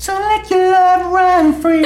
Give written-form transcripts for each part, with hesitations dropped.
So let your love run free.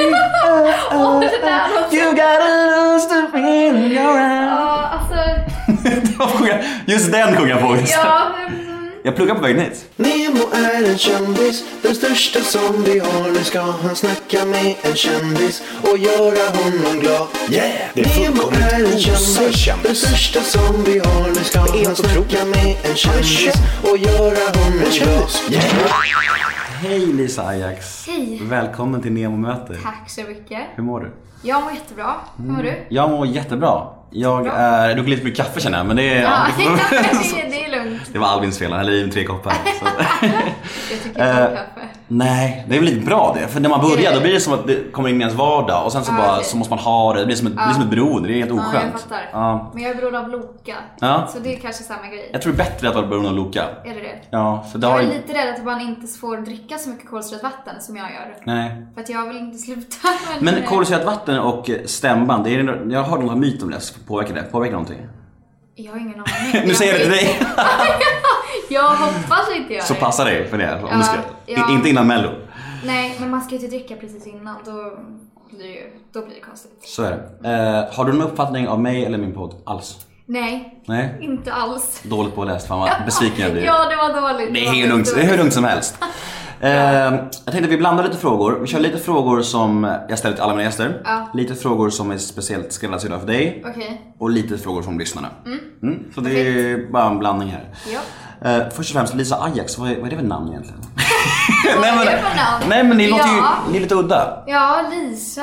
You gotta lose the feeling in your eyes. Ja, alltså... Just den sjunger jag på. Ja, jag pluggar på vägen hit. Nemo är en kändis, den största som vi har. Nu ska han snacka med en kändis och göra honom glad. Yeah, det är Nemo är en kändis, den största som vi har. Nu ska han snacka med en kändis och göra honom glad. Yeah. Hej Lisa Ajax. Hej. Välkommen till Nemo möter. tack så mycket. Hur mår du? Jag mår jättebra. Hur mår du? Jag mår jättebra. Jag är... Du får lite mycket kaffe känner jag, men det är... Ja, det är lugnt. Det var Albins fel, han hällde i 3 koppar. Så. Jag tycker inte om kaffe. Nej, det är väl lite bra det. För när man börjar då blir det som att det kommer in i ens vardag. Och sen så, bara, okej. så måste man ha det. Det blir som ett beroende, det är helt Ja, oskönt. jag fattar. Ja. Men jag är beroende av Loka. Ja. Så det är kanske samma grej. Jag tror det är bättre att vara beroende av Loka. Är det? Ja, för det Jag har är ju... lite rädd att man inte får dricka så mycket kolsyrat vatten som jag gör. Nej. För att jag vill inte sluta. Men kolsyrat vatten och stämband, det är, jag har någon myt om det. Påverkar det? Påverkar någonting? Jag har ingen aning. Nu säger jag det till dig. Jag hoppas inte jag Så passar det för det. Om du ska. Ja. Inte innan Mello. Nej, men man ska ju inte dricka precis innan. Då blir det konstigt. Så är det. Har du någon uppfattning av mig eller min podd alls? Nej, Nej? inte alls. Dåligt påläst, fan vad besviken jag blir. Ja, det var dåligt. Det är hur lugnt som helst. Jag tänkte att vi blandar lite frågor. Vi kör lite frågor som jag ställer till alla mina gäster. Ja. Lite frågor som är speciellt skräddarsydda för dig. Okej. Och lite frågor från lyssnarna. Så det är bara en blandning här. Ja. Först och främst, Lisa Ajax, vad är det för namn egentligen? Vad är det för namn? Nej men ni låter ju, Ja. ni är lite udda. Ja, Lisa,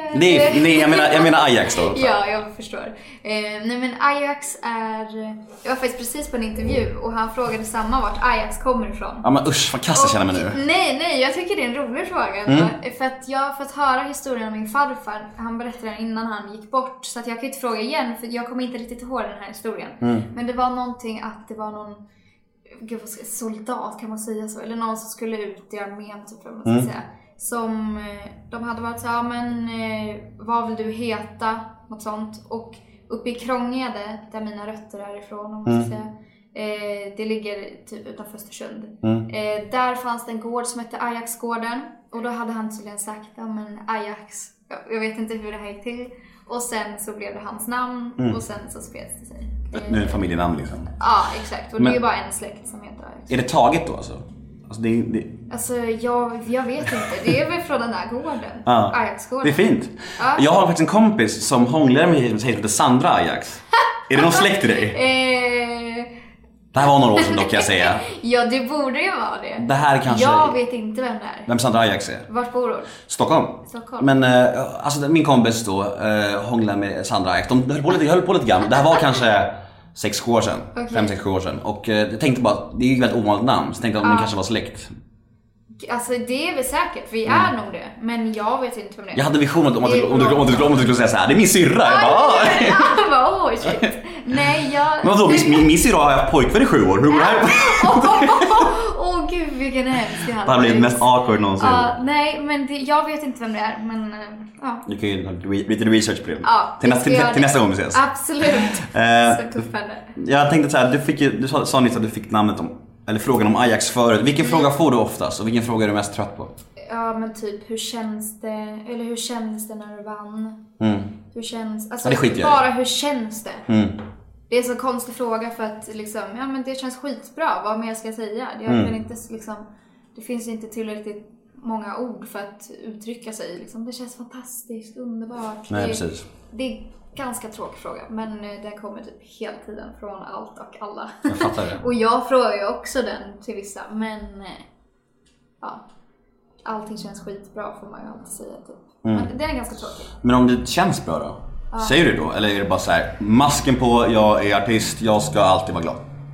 Jag menar Ajax då. Ja, jag förstår. Nej men Ajax är... Jag var faktiskt precis på en intervju och han frågade samma vart Ajax kommer ifrån. Ja men usch, vad kass jag känner mig nu. Nej, jag tycker det är en rolig fråga. För att jag har fått höra historien om min farfar. Han berättade den innan han gick bort. Så att jag kan inte fråga igen, för jag kommer inte riktigt ihåg den här historien. Men det var någonting att det var någon... Gud, vad ska, soldat, kan man säga så? Eller någon som skulle ut i armén, typ, vad man ska säga. Som, de hade varit så här, men vad vill du heta? Något sånt. Och uppe i Krångede, där mina rötter är ifrån, om man ska säga. Det ligger typ utanför Östersund. Där fanns det en gård som hette Ajaxgården. Och då hade han tydligen sagt, ja men Ajax. Jag vet inte hur det här gick till. Och sen så blev det hans namn. Och sen så spreds det sig. Nu är det familjenamn liksom. Ja, exakt. Och det är ju bara en släkt som heter Ajax. Är det taget då alltså? Alltså jag vet inte. Det är väl från den där gården. Ja. Ajaxgården. Det är fint. Ja. Jag har faktiskt en kompis som hånglar med en tjej som heter Sandra Ajax. Är det någon släkt till dig? Det här var några år sedan dock, kan jag säga. Ja, det borde ju vara det. Det här kanske... Jag vet inte vem det är. Vem Sandra Ajax är? Vart bor hon? Stockholm. Men alltså min kompis då hånglar med Sandra Ajax. De höll på lite grann. Det här var kanske 6-7 år sedan. Okay. 5-6-7 år sedan. Och jag tänkte bara, det är ju ett väldigt ovanligt namn. Så tänkte jag att de kanske var släkt. Alltså det är väl säkert, vi är nog det. Men jag vet inte vem det är. Jag hade visionen om att du skulle säga så här. Det är min syrra. Jag bara, shit. Nej, men vadå, min syrra har haft pojkvän i 7 år. Hur går det här? Åh gud, vilken hemsk det här. Det här blir mest awkward någonsin. Nej, men jag vet inte vem det är. Men ja. Du kan ju lite research på det. Ja, till nästa gång vi ses. Absolut. Så tuffande. Jag tänkte så här, du sa nyss att du fick namnet om, eller frågan om Ajax förut. Vilken fråga får du oftast och vilken fråga är du mest trött på? Ja, men typ hur känns det, eller hur känns det när du vann? Hur känns, alltså bara hur känns det? Det är en så konstig fråga för att liksom, ja men det känns skitbra, vad mer ska jag säga? Jag kan inte liksom, det finns inte tillräckligt många ord för att uttrycka sig liksom. Det känns fantastiskt, underbart. Nej, precis. Det är ganska tråkig fråga, men den kommer typ hela tiden från allt och alla. Jag fattar det. Och jag frågar ju också den till vissa, men ja, allting känns skitbra får man ju alltid säga typ. Men det är ganska tråkigt. Men om det känns bra då? Säger du då? Eller är det bara så här, masken på, jag är artist, jag ska alltid vara glad?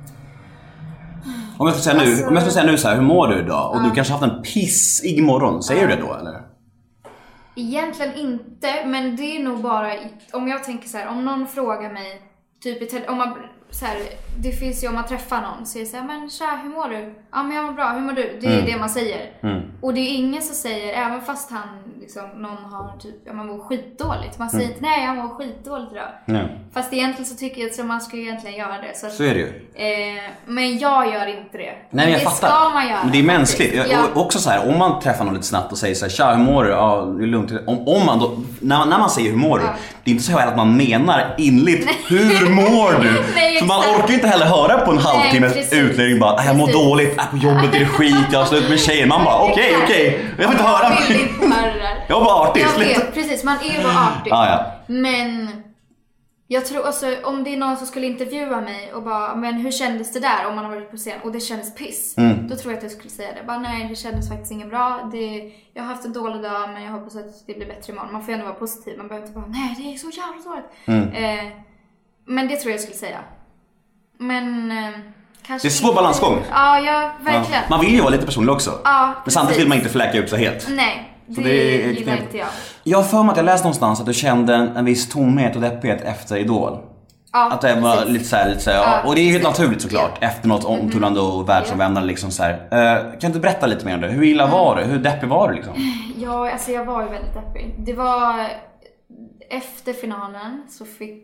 Om jag ska säga nu så här, hur mår du idag? Och du kanske haft en pissig morgon, säger du det då eller? Egentligen inte, men det är nog bara om jag tänker så här, om någon frågar mig typ om man så här, det finns ju om man träffar någon så är det så här, men tja, hur mår du? Ja, men jag mår bra, hur mår du? Det är det man säger. Och det är ingen som säger, även fast någon har typ, ja, man mår skitdåligt. Man säger inte, nej jag mår skitdåligt idag. Fast egentligen så tycker jag att man ska egentligen göra det. Så är det ju. Men jag gör inte det. Nej, men jag fattar. Ska man göra. Men det är mänskligt. Och också så här, om man träffar någon lite snabbt och säger så här, tja, hur mår du? Ja, det är lugnt. Om man då, när man säger hur mår du, det är inte så här att man menar inligt, hur mår du? Nej, för man orkar inte heller höra på en halvtimmes utläggning bara, jag mår dåligt, på jobbet är det skit, jag har slut med tjejer. Man bara, okej, jag vill inte höra. Jag var bara artig. Jag vet, precis, man är bara artig. Ja. Men jag tror alltså, om det är någon som skulle intervjua mig och bara, men hur kändes det där om man har varit på scen och det kändes piss, då tror jag att jag skulle säga det. Bara, nej, det kändes faktiskt inget bra. Jag har haft en dålig dag, men jag hoppas att det blir bättre imorgon. Man får ändå vara positiv, man behöver inte bara, nej, det är så jävla dåligt. Men det tror jag skulle säga. Men kanske det är svår balansgång. Ja, verkligen. Man vill ju vara lite personlig också. Ja, men samtidigt vill man inte fläcka upp sig helt. Nej. Så det gillar inte jag. Jag har för mig att jag läste någonstans att du kände en viss tomhet och deppighet efter Idol. Ja, att det var lite så här, och det är helt naturligt såklart efter något omtullande och världsomvändande liksom så här. Kan du berätta lite mer om det? Hur illa var det? Hur deppig var du liksom? Ja, alltså jag var ju väldigt deppig. Det var efter finalen så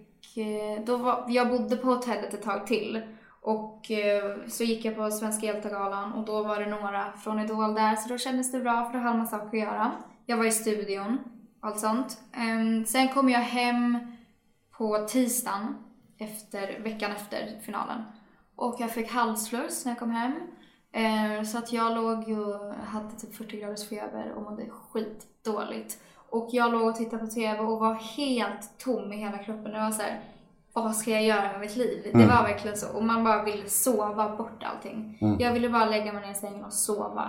jag bodde på hotellet ett tag till. Och så gick jag på Svenska Hjältegalan och då var det några från Idol där, så då kändes det bra för då hade man saker att göra. Jag var i studion, allt sånt. Sen kom jag hem på tisdagen veckan efter finalen. Och jag fick halsfluss när jag kom hem. Så att jag låg och hade typ 40 graders feber och mådde skitdåligt. Och jag låg och tittade på tv och var helt tom i hela kroppen. Det var så här, vad ska jag göra med mitt liv? Det var verkligen så. Och man bara ville sova bort allting. Jag ville bara lägga mig ner i sängen och sova.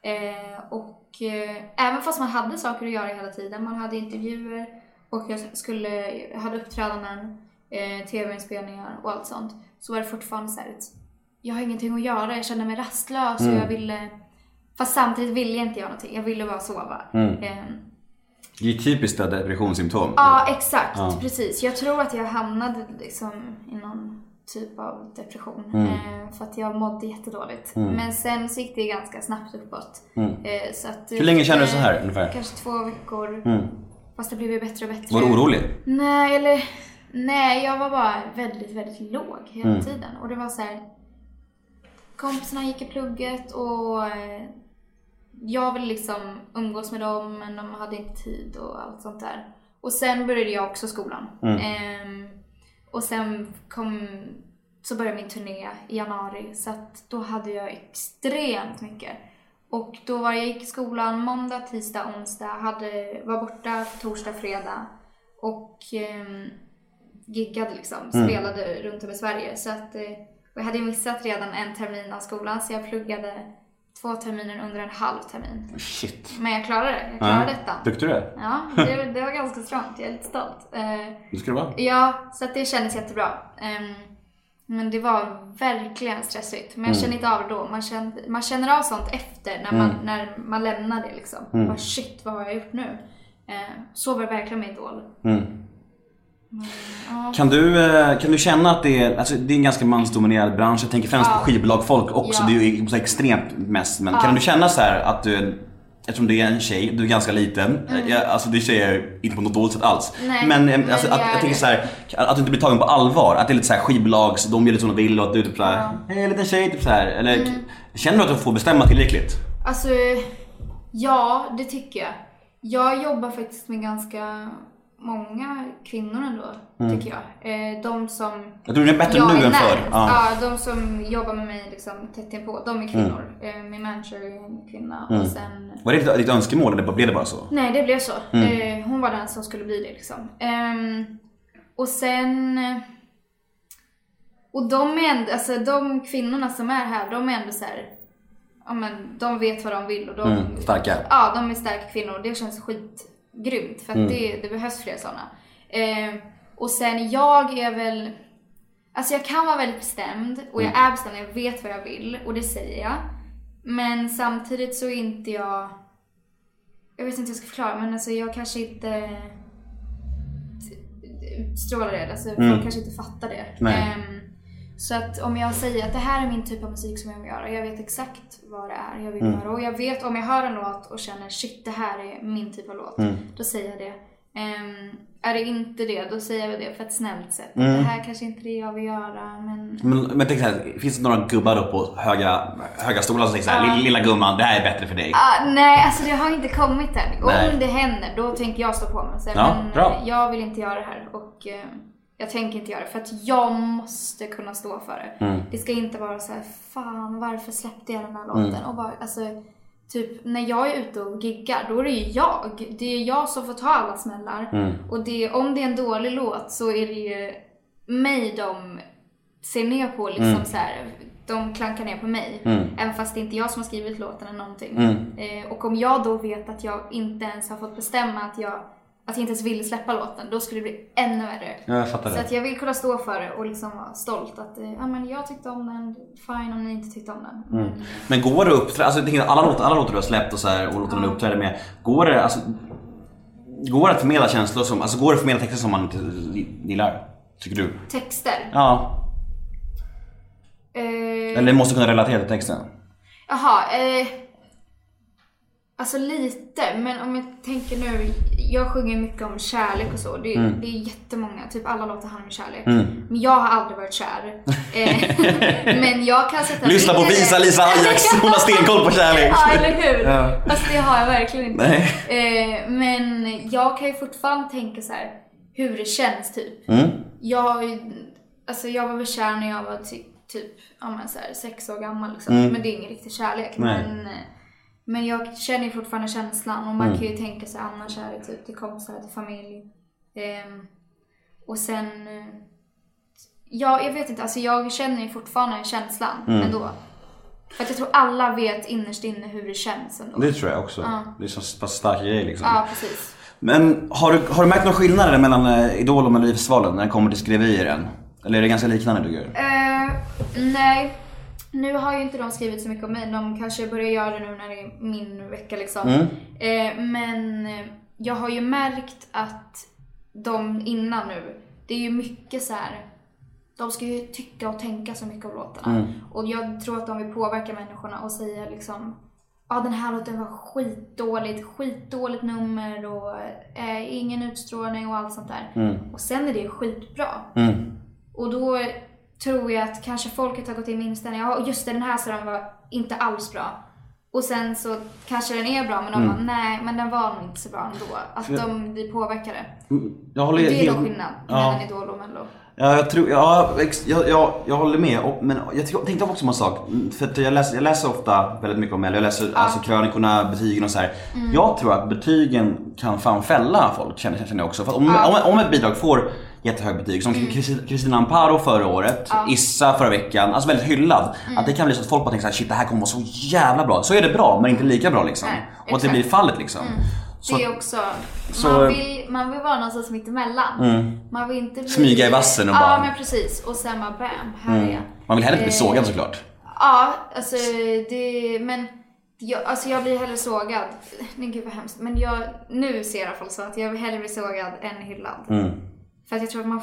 Även fast man hade saker att göra hela tiden. Man hade intervjuer och jag hade uppträdanden, tv-inspelningar och allt sånt. Så var det fortfarande så här, jag har ingenting att göra. Jag kände mig rastlös och jag ville... Fast samtidigt ville jag inte göra någonting. Jag ville bara sova. Det är typiskt depressionssymptom. Ja, exakt. Precis. Jag tror att jag hamnade liksom i någon typ av depression. För att jag mådde jättedåligt. Men sen så gick det ganska snabbt uppåt. Så att, hur länge kände du så här ungefär? Kanske 2 veckor. Fast det blev ju bättre och bättre. Var du orolig? Nej, jag var bara väldigt, väldigt låg hela tiden. Och det var så här, kompisarna gick i plugget och jag ville liksom umgås med dem, men de hade inte tid och allt sånt där. Och sen började jag också skolan. Och sen så började min turné i januari. Så att då hade jag extremt mycket. Och då jag gick i skolan måndag, tisdag, onsdag. Var borta torsdag, fredag. Och giggade liksom. Spelade runt om i Sverige. Så att jag hade missat redan en termin av skolan. Så jag pluggade 2 terminer under en halv termin. Shit. Men jag klarade det. Jag klarade detta. Tyckte du det? Ja, det var ganska strångt. Jag är lite stolt. Det ska det vara. Ja, så att det kändes jättebra. Men det var verkligen stressigt. Men jag kände inte av det då. Man känner av sånt efter när man lämnar det liksom. Bara, shit, vad har jag gjort nu? Så var det verkligen med Idol. Kan du känna att det är en ganska mansdominerad bransch? Jag tänker främst på skivbolag folk också. Det är ju så extremt mest. Men kan du känna så här att eftersom du är en tjej, du är ganska liten. Alltså det är tjejer inte på något dåligt sätt alls. Nej, men alltså, jag tänker så här, att du inte blir tagen på allvar. Att det är lite så här skivbolags, de gör lite som de vill och att du är typ så här, en liten tjej typ så här. Eller känner du att du får bestämma tillräckligt? Alltså, ja, det tycker jag. Jag jobbar faktiskt med ganska många kvinnor ändå, tycker jag. De som... Jag tror det är bättre nu än förr. Ja, de som jobbar med mig liksom tätt inpå, de är kvinnor. Min manager är en kvinna. Och sen... Var det ditt önskemål eller blev det bara så? Nej, det blev så. Hon var den som skulle bli det liksom. Och sen... Och de är ändå, alltså de kvinnorna som är här, de är ändå så här... Ja, men de vet vad de vill och de... Starka. Ja, de är starka kvinnor. Det känns skitgrymt för att det behövs fler sådana. Och sen jag är väl... Alltså jag kan vara väldigt bestämd och jag är bestämd, jag vet vad jag vill och det säger jag. Men samtidigt så är inte jag... Jag vet inte hur jag ska förklara, men alltså jag kanske inte utstrålar det. Alltså folk kanske inte fattar det. Så att om jag säger att det här är min typ av musik som jag vill göra, jag vet exakt vad det är jag vill göra. Och jag vet om jag hör en låt och känner shit, det här är min typ av låt, då säger jag det. Är det inte det, då säger jag det för ett snällt sätt. Det här kanske inte är det jag vill göra, men tänk så här, finns det några gubbar då på höga stolar som säger så här, lilla gumman, det här är bättre för dig? Nej, alltså det har inte kommit än. Om det händer, då tänker jag stå på mig och säga, men bra. Jag vill inte göra det här och jag tänker inte göra det för att jag måste kunna stå för det. Det ska inte vara så här, fan, varför släppte jag den här låten? Och bara, alltså, typ när jag är ute och giggar, då är det ju jag. Det är jag som får ta alla smällar. Och om det är en dålig låt så är det ju mig de ser ner på liksom så här. De klankar ner på mig. Även fast det inte är jag som har skrivit låten eller någonting. Och om jag då vet att jag inte ens har fått bestämma att jag inte ens vill släppa låten, då skulle det bli ännu värre. Jag fattar det. Så att jag vill kunna stå för det och liksom vara stolt att men jag tyckte om den, fine om ni inte tyckte om den. Men går det upp, alltså alla låtar du har släppt och så här, och låtarna du uppträder med, går det att förmedla känslor som, alltså går det att förmedla texter som man inte gillar, tycker du? Texter? Ja. Eller måste kunna relatera till texten? Jaha, alltså lite, men om jag tänker nu, jag sjunger mycket om kärlek och så. Det är jättemånga, typ alla låtar handlar om kärlek. Men jag har aldrig varit kär. Men jag kan sätta... Lyssna på Visa Lisa Ajax, hon har stenkoll på kärlek. Ja, eller hur? Alltså det har jag verkligen inte. Men jag kan ju fortfarande tänka så här, hur det känns typ. Jag var väl kär när jag var typ så här, 6 år gammal liksom. Men det är ingen riktig kärlek. Men jag känner ju fortfarande känslan. Och man kan ju tänka sig annan kärlek typ till kompisar, till familj. Och sen jag vet inte, alltså jag känner ju fortfarande känslan ändå. För att jag tror alla vet innerst inne hur det känns ändå. Det tror jag också. Det är så pass stark grej liksom. Ja, precis. Men har du märkt några skillnader mellan Idol och Melodifestivalen när det kommer till skriverier än? Eller är det ganska liknande du gör? Nej. Nu har ju inte de skrivit så mycket om mig. De kanske börjar göra det nu när det är min vecka liksom. Men jag har ju märkt att de innan nu, det är ju mycket så här. De ska ju tycka och tänka så mycket om låtarna. Och jag tror att de vill påverka människorna och säga liksom, den här låten var skitdåligt nummer och ingen utstrålning och allt sånt där. Och sen är det skitbra. Och då tror jag att kanske folket har gått in med inställningen, just det, den här sidan var inte alls bra. Och sen så kanske den är bra, men de bara, nej, men den var nog inte så bra ändå. Att de blir påverkade. Det är då skillnad mellan Idol och Mello. Jag håller med, men jag tänkte också en sak. För att jag läser ofta väldigt mycket om Mello. Jag läser alltså krönikorna, betygen och så här. Jag tror att betygen kan fan fälla folk, känner jag också. För om ett bidrag får jättehög betyg, som Kristina Amparo förra året, Issa förra veckan, alltså väldigt hyllad, att det kan bli så att folk bara tänker såhär, shit, det här kommer vara så jävla bra. Så är det bra, men inte lika bra liksom. Och att det blir fallet liksom. Så, det är också, man vill vara någonstans mitt emellan. Man vill inte smyga i vassen och bara... Ja, men precis. Och sen bara bam, här är jag. Man vill heller inte bli sågad såklart. Ja, alltså men jag blir hellre sågad. Nej, gud vad hemskt. Men nu ser jag i alla fall så att jag vill hellre bli sågad än hyllad. För att jag tror att man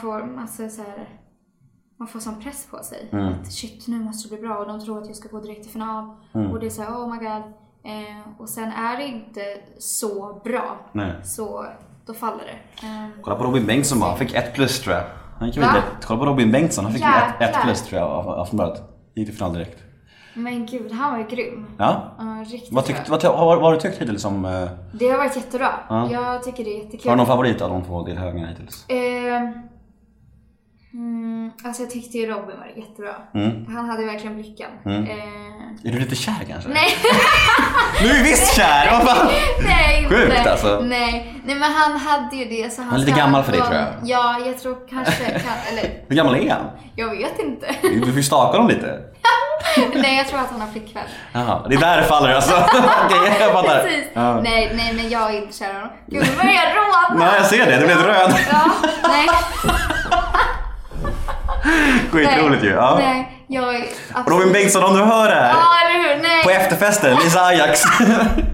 får sån press på sig. Att shit, nu måste det bli bra. Och de tror att jag ska gå direkt till final. Och det är så här, oh my god. Och sen är det inte så bra. Så då faller det. Kolla på Robin Bengtsson bara, fick 1+ tror jag. Han gick vidare. Kolla på Robin Bengtsson, han fick 1+ tror jag av Aftonbladet. Gick till final direkt. Men gud, han var ju grym. Ja. Riktigt vad har du tyckt hittills om... Det har varit jättebra. Jag tycker det är jättekul. Har du någon favorit av de 2 deltagarna hittills? Alltså jag tyckte ju Robin var jättebra. Han hade verkligen blicken. Är du lite kär kanske? Nej. Nu är visst kär, vad fan? Nej, sjukt alltså. Nej, men han hade ju det så han är lite gammal för dig tror jag. Ja, jag tror kanske eller hur gammal är han? Jag vet inte. Du får staka dem lite. Nej, jag tror att han har flickvän. Jaha, det är där det faller alltså. Okej, jag fattar. Precis. Ja. Nej, men jag är inte kär honom. Gud, vad är jag råd? Nej, jag ser det, du blev röd. Ja, nej. Skitroligt ju. Ja. Nej, jag är absolut... Robin Bengtsson, om du hör det här. Ja, eller hur? Nej. På efterfesten, Lisa Ajax.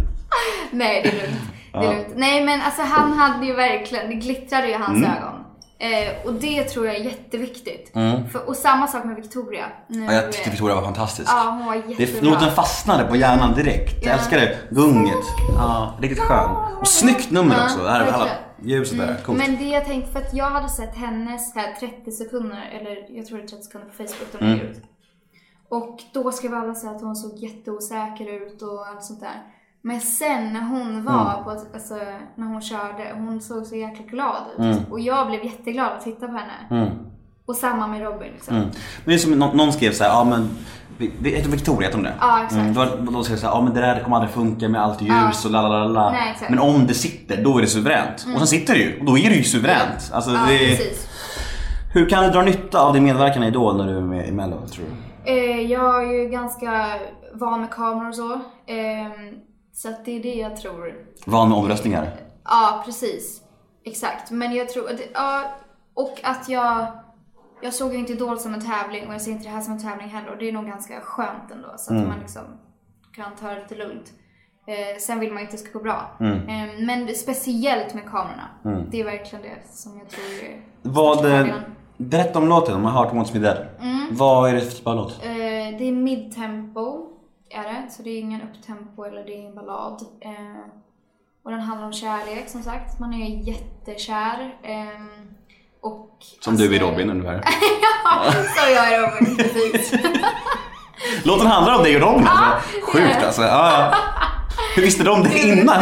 Nej, det är lugnt. Nej, men alltså han hade ju verkligen, det glittrade i hans ögon. Och det tror jag är jätteviktigt. Och samma sak med Victoria. Ja, jag tyckte Victoria var fantastisk. Ja, hon var jättebra. Låten fastnade på hjärnan direkt. Jag älskar det. Gunget. Ja, riktigt skön. Och snyggt nummer också. Det här är alla ljuset där. Coolt. Men det jag tänkte, för att jag hade sett hennes här 30 sekunder, eller jag tror det är 30 sekunder på Facebook då den ut. Och då skrev alla säga att hon såg jätteosäker ut och allt sånt där. Men sen när hon var på, alltså, när hon körde, hon såg så jäkla glad ut. Och jag blev jätteglad att titta på henne. Och samma med Robin liksom. Men det är som någon skrev så här, ja men heter Victoria om det. Ja, exakt. Då skrev så här, ja men det där kommer aldrig funka med allt ljus och lalalala. Nej, exakt. Men om det sitter, då är det suveränt. Och sen sitter det ju, och då är det ju suveränt. Alltså, Ja, precis. Hur kan du dra nytta av din medverkan i Idol när du är med i Mello, tror du? Jag är ju ganska van med kameror och så. Så att det är det jag tror. Van med omröstningar? Ja, precis. Exakt. Men jag tror att, och att jag såg ju inte Idol som en tävling och jag ser inte det här som en tävling heller. Och det är nog ganska skönt ändå, så att man liksom kan ta det lite lugnt. Sen vill man ju att det ska gå bra. Men speciellt med kamerorna. Det är verkligen det som jag tror är... Berätta om låten, om man har hört Wants Me Dead. Vad är det för typ av låt? Det är midtempo är det, så det är ingen upptempo eller det är ingen ballad. Och den handlar om kärlek, som sagt. Man är jättekär. Och som alltså, du är Robin ungefär. Ja, så jag är Robin, precis. Låten handlar om dig och Robin, alltså. Sjukt alltså. Hur visste de det innan?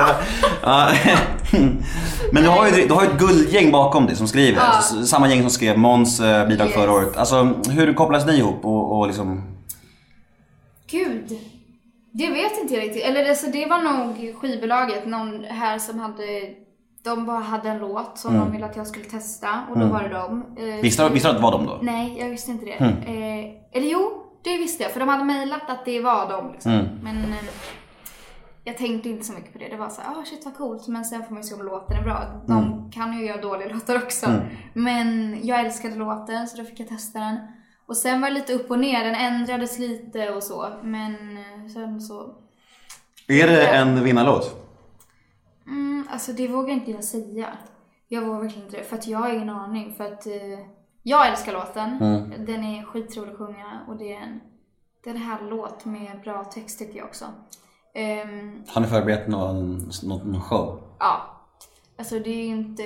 Men du har ju ett guldgäng bakom dig som skriver. Samma gäng som skrev Måns bidrag förra året. Alltså, hur kopplas ni ihop och liksom... Gud, det vet inte jag riktigt. Eller alltså, det var nog skivbolaget, någon här som hade... De bara hade en låt som de ville att jag skulle testa. Och då var det dem. Visste du att det var dem då? Nej, jag visste inte det. Eller jo, det visste jag. För de hade mejlat att det var dem liksom. Men jag tänkte inte så mycket på det. Det var så här, shit vad coolt. Men sen får man ju se om låten är bra. De kan ju göra dåliga låtar också. Men jag älskade låten, så då fick jag testa den. Och sen var det lite upp och ner. Den ändrades lite och så. Men sen så... Är det en vinnarlåt? Alltså det vågar inte jag säga. Jag vågar verkligen inte det. För att jag har ingen aning. För att jag älskar låten. Den är skitrolig att sjunga. Och det är en här låt med bra text tycker jag också. Har ni förberett någon show? Ja. Alltså det är inte...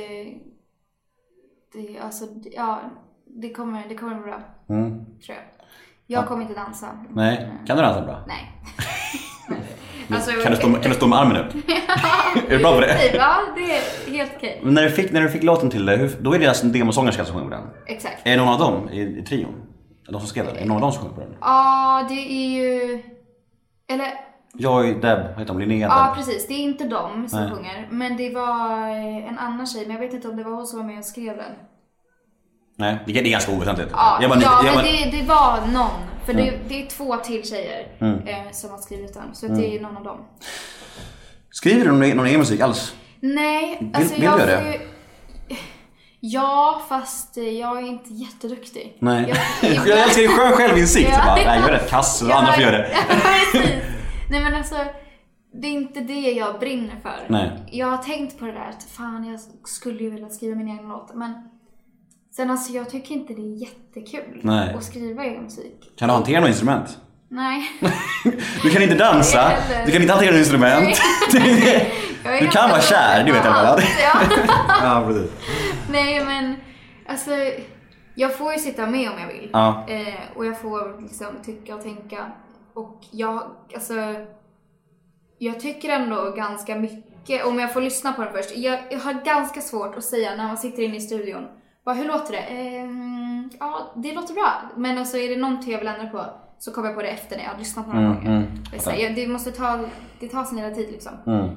Det kommer bli bra. Tror jag. Jag kommer inte dansa. Nej, kan du dansa bra? Nej. Alltså, kan du stå med armen upp? Är du bra på det? Ja, det är helt okej. Men när du fick låten till dig, då är det alltså en demosångerska som sjunger på den? Exakt. Är det någon av dem i trion? De som skrev den? Är det någon av dem som sjunger på den? Ja, det är ju... Eller... Jag är Deb, heter de, Linnea. Ja, precis. Det är inte de som sjunger. Men det var en annan tjej. Men jag vet inte om det var hon som var med och skrev den. Nej, det är ganska oväsentligt. Det var någon. För det är 2 till tjejer som har skrivit den. Så det är någon av dem. Skriver du någon egen musik alls? Nej, alltså vill du göra det? Ja, fast jag är inte jätteduktig. Nej. Jag älskar ju skön självinsikt. Jag är rätt kass och andra får göra det. Nej men alltså, det är inte det jag brinner för. Nej. Jag har tänkt på det där att fan, jag skulle ju vilja skriva min egen låt. Men sen alltså, jag tycker inte det är jättekul att skriva egen musik. Kan du hantera något instrument? Nej. Du kan inte dansa, du kan inte hantera något instrument. Du kan vara kär, du vet jag väl. Ja, precis. Nej men, alltså, jag får ju sitta med om jag vill. Ja. Och jag får liksom tycka och tänka. Och jag tycker ändå ganska mycket, om jag får lyssna på den först. Jag har ganska svårt att säga när man sitter inne i studion. Hur låter det? Ja, det låter bra. Men alltså, är det någonting jag vill ändra på, så kommer jag på det efter när jag har lyssnat på några gånger. Det måste ta sin hela tid liksom.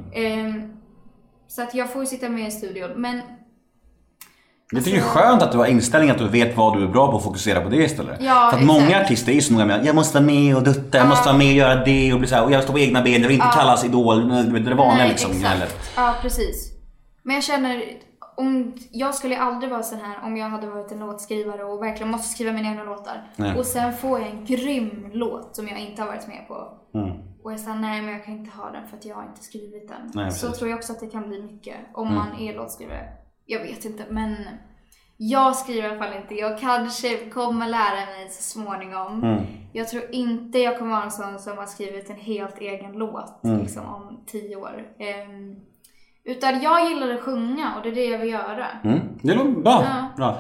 Så att jag får ju sitta med i studion. Men det är ju skönt att du har inställning att du vet vad du är bra på och fokusera på det istället. Ja, för att många artister är ju så noga med, jag måste vara med och dutta, jag måste vara med och göra det och bli så här, och jag står på egna ben, jag vill inte kallas idol, det vanliga liksom. Ja, precis. Men jag känner, jag skulle aldrig vara så här om jag hade varit en låtskrivare och verkligen måste skriva mina egna låtar. Nej. Och sen får jag en grym låt som jag inte har varit med på. Och jag säger nej, men jag kan inte ha den för att jag har inte skrivit den. Nej, så tror jag också att det kan bli mycket om man är låtskrivare. Jag vet inte, men Jag skriver i alla fall inte. Jag kanske kommer lära mig så småningom. Jag tror inte jag kommer vara en sån som har skrivit en helt egen låt liksom, om 10 år. Utan jag gillar att sjunga och det är det jag vill göra. Det är nog bra. Bra.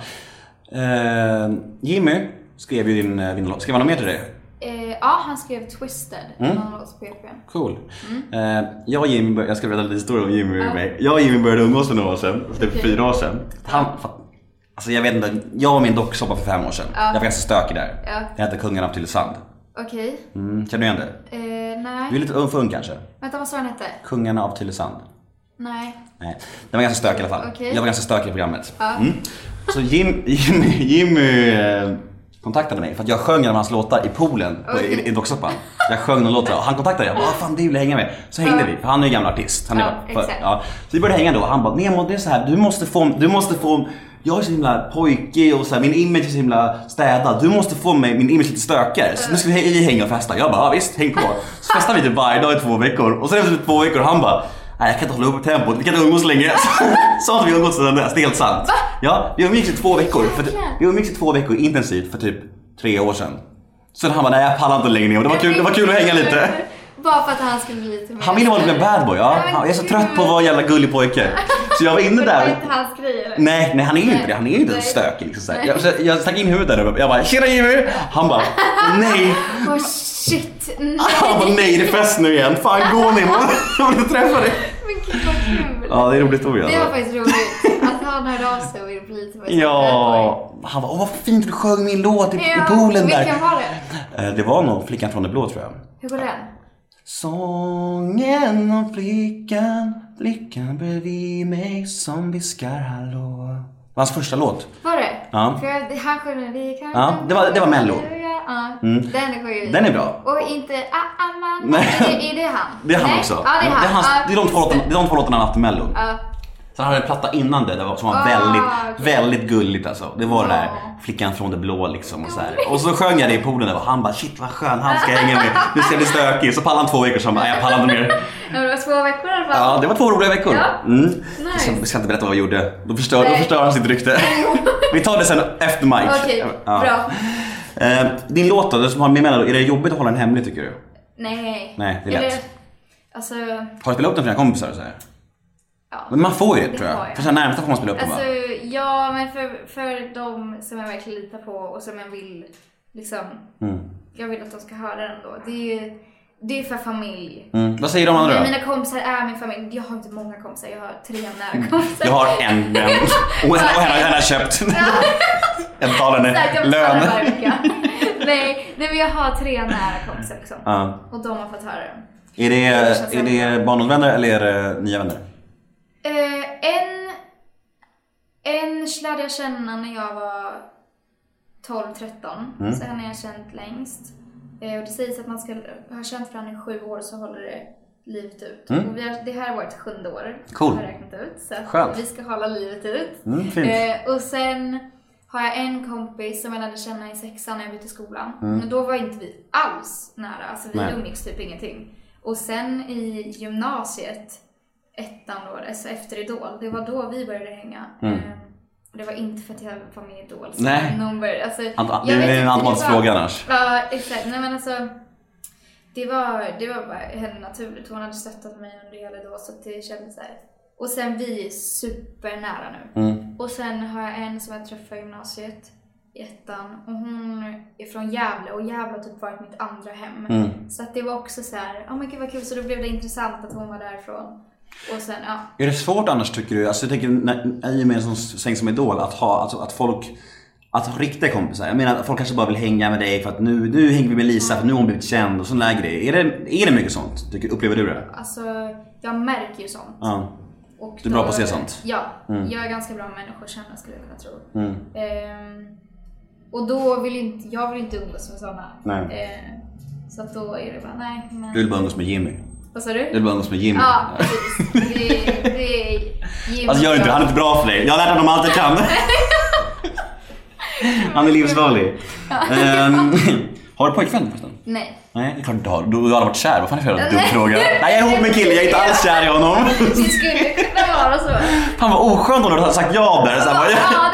Jimmy skrev ju din låt. Skrev han något mer till dig? Ja, han skrev Twisted. Någon låt på EPn. Cool. Jag och Jimmy, jag ska berätta lite historia om Jimmy och mig. Jag och Jimmy började umgås för några år sedan. Typ 4 år sedan. Alltså jag vet inte, jag och min dock soppade för 5 år sedan. Jag var ganska stökig där. Jag hette Kungen av Tylösand. Okej. Känner du igen det? Nej. Du är lite ung för ung kanske. Vänta, vad sa den hette? Kungen av Tylösand. Nej. Den var ganska stökig i alla fall. Okay. Jag var ganska stökig i programmet. Så Jimmy kontaktade mig för att jag sjöng en av hans låtar i poolen i docksoppan. Jag sjöng någon låt och han kontaktade jag. Vad fan, det vill hänga med. Så hängde vi, för han är ju gammal artist. Han är så vi började hänga då. Han bara, Nemo, det är så här, du måste få jag är så himla pojkig och så här, min image är så himla städad. Du måste få mig min image lite stökigare. Så nu ska vi hänga och festa. Jag bara, visst, häng på. Så festade vi typ varje dag i 2 veckor. Och sen efter 2 veckor han bara, nej, jag kan inte hålla upp tempot, vi kan inte umgås länge. Så att vi umgås sedan dess, det är helt sant. Ja, vi umgicks i 2 veckor. Vi umgicks i 2 veckor intensivt för typ 3 år sedan. Sen han bara, nej jag pallar inte längre ner. Det var kul att hänga lite. Bara för att han skulle bli lite mer. Han ville vara lite bad boy, ja. Jag är så trött på att vara en jävla gullig pojke. Så jag var inne där. Det var inte hans grej, eller? Nej, han är ju inte det. Han är ju inte stökig liksom, jag stack in huvudet där och jag bara, tjena Jimmy. Han bara, nej. Shit, nej. Han bara, nej, det är fest nu igen. Fan, gå ner. Jag vill inte träffa dig. Men gud vad kul. Ja, det är roligt att göra. Det var faktiskt roligt att han hörde av sig och ville bli lite mer. Ja, han bara, vad fint du sjöng min låt i poolen där. Vilken var det? Det var nog Flickan från det blå, tror jag. Hur går den? Sången om flickan bredvid mig som viskar hallå. Det var hans första låt. Var det? Ja. För han sjunger vi kan. Ja, det var Mello. Den är sjukt. Den är bra. Och inte är det han? Det är han också. Ja, det är han. Det är de 2 låtarna han haft i Mello. Sen hade jag en platta innan det som var väldigt gulligt alltså. Det var det där Flickan från det blå liksom och så här. Och så sjöng jag det i poolen där och han bara, shit vad skön, han ska hänga med. Nu ska jag bli stökig. Så pallade han 2 veckor så han bara, jag pallar inte mer. Det var 2 veckor i alla fall. Ja, det var 2 roliga veckor. Ja. Nice. Jag ska inte berätta vad vi gjorde. Då förstör han sitt rykte. Vi tar det sen efter mic. Okej, bra. Din låt då, som har med Mello, är det jobbigt att hålla den hemlig tycker du? Nej, det är lätt. Alltså, har du spelat upp den för dina kompisar och så här? Ja. Men man får ju det tror jag. För så närmast får man spela upp den, alltså, ja, men för de som jag verkligen litar på och som jag vill liksom, jag vill att de ska höra den då. Det är för familj. Vad säger de andra då? Mina kompisar är min familj. Jag har inte många kompisar, jag har 3 nära kompisar. Jag har en vän och henne har köpt. Jag betalar henne lön. Nej, men jag har 3 nära kompisar liksom. Och de har fått höra den. Är det barndomsvänner eller är det nya vänner? En lärde jag känna när jag var 12-13. Så henne har jag känt längst. Och det sägs att man ska ha känt för henne i 7 år så håller det livet ut. Och det här har varit 7:e år. Cool. Jag har räknat ut. Så vi ska hålla livet ut. Fint. Och sen har jag en kompis som jag lärde känna i 6:an när jag bytte skolan. Men då var inte vi alls nära. Alltså vi umgicks typ ingenting. Och sen i gymnasiet 1:an då, alltså efter Idol, det var då vi började hänga. Det var inte för att jag var med i Idol. Nej. Alltså, det är en antagningsfråga annars. Ja, exakt. Nej men alltså, det var bara henne naturligt. Hon hade stöttat mig under hela Idol så det kändes så här. Och sen vi är supernära nu. Och sen har jag en som jag träffade i gymnasiet i 1:an och hon är från Gävle och Gävle har typ varit mitt andra hem. Så att det var också så här, men gud vad kul, så då blev det intressant att hon var därifrån. Och sen, Är det svårt annars tycker du? Alltså jag tänker i och med en sån som Idol att ha, alltså att folk, att ha riktiga kompisar. Jag menar att folk kanske bara vill hänga med dig för att nu hänger vi med Lisa för nu har hon blivit känd och sån där grejer. Är det mycket sånt? Upplever du det? Alltså jag märker ju sånt. Och du är bra på att se sånt? Ja, jag är ganska bra människor känner skulle jag kunna tro. Och då vill jag inte umgås med sådana. Så att då är det bara nej. Men... Du vill bara umgås med Jimmy. Vad sa du? Du vill bara umgås med Jimmy. Ja, precis. Det är Jimmy. Alltså han är inte bra för dig. Jag har lärt honom allt jag kan. Han är livsfarlig. Har du pojkvän förresten? Nej. Nej, det är klart du har. Du har aldrig varit kär. Vad fan är det för en dum fråga? Nej, jag är ihop med en kille. Jag är inte alls kär i honom. Det skulle kunna vara så. Fan vad oskönt om du hade sagt ja där. Ja, det har jag.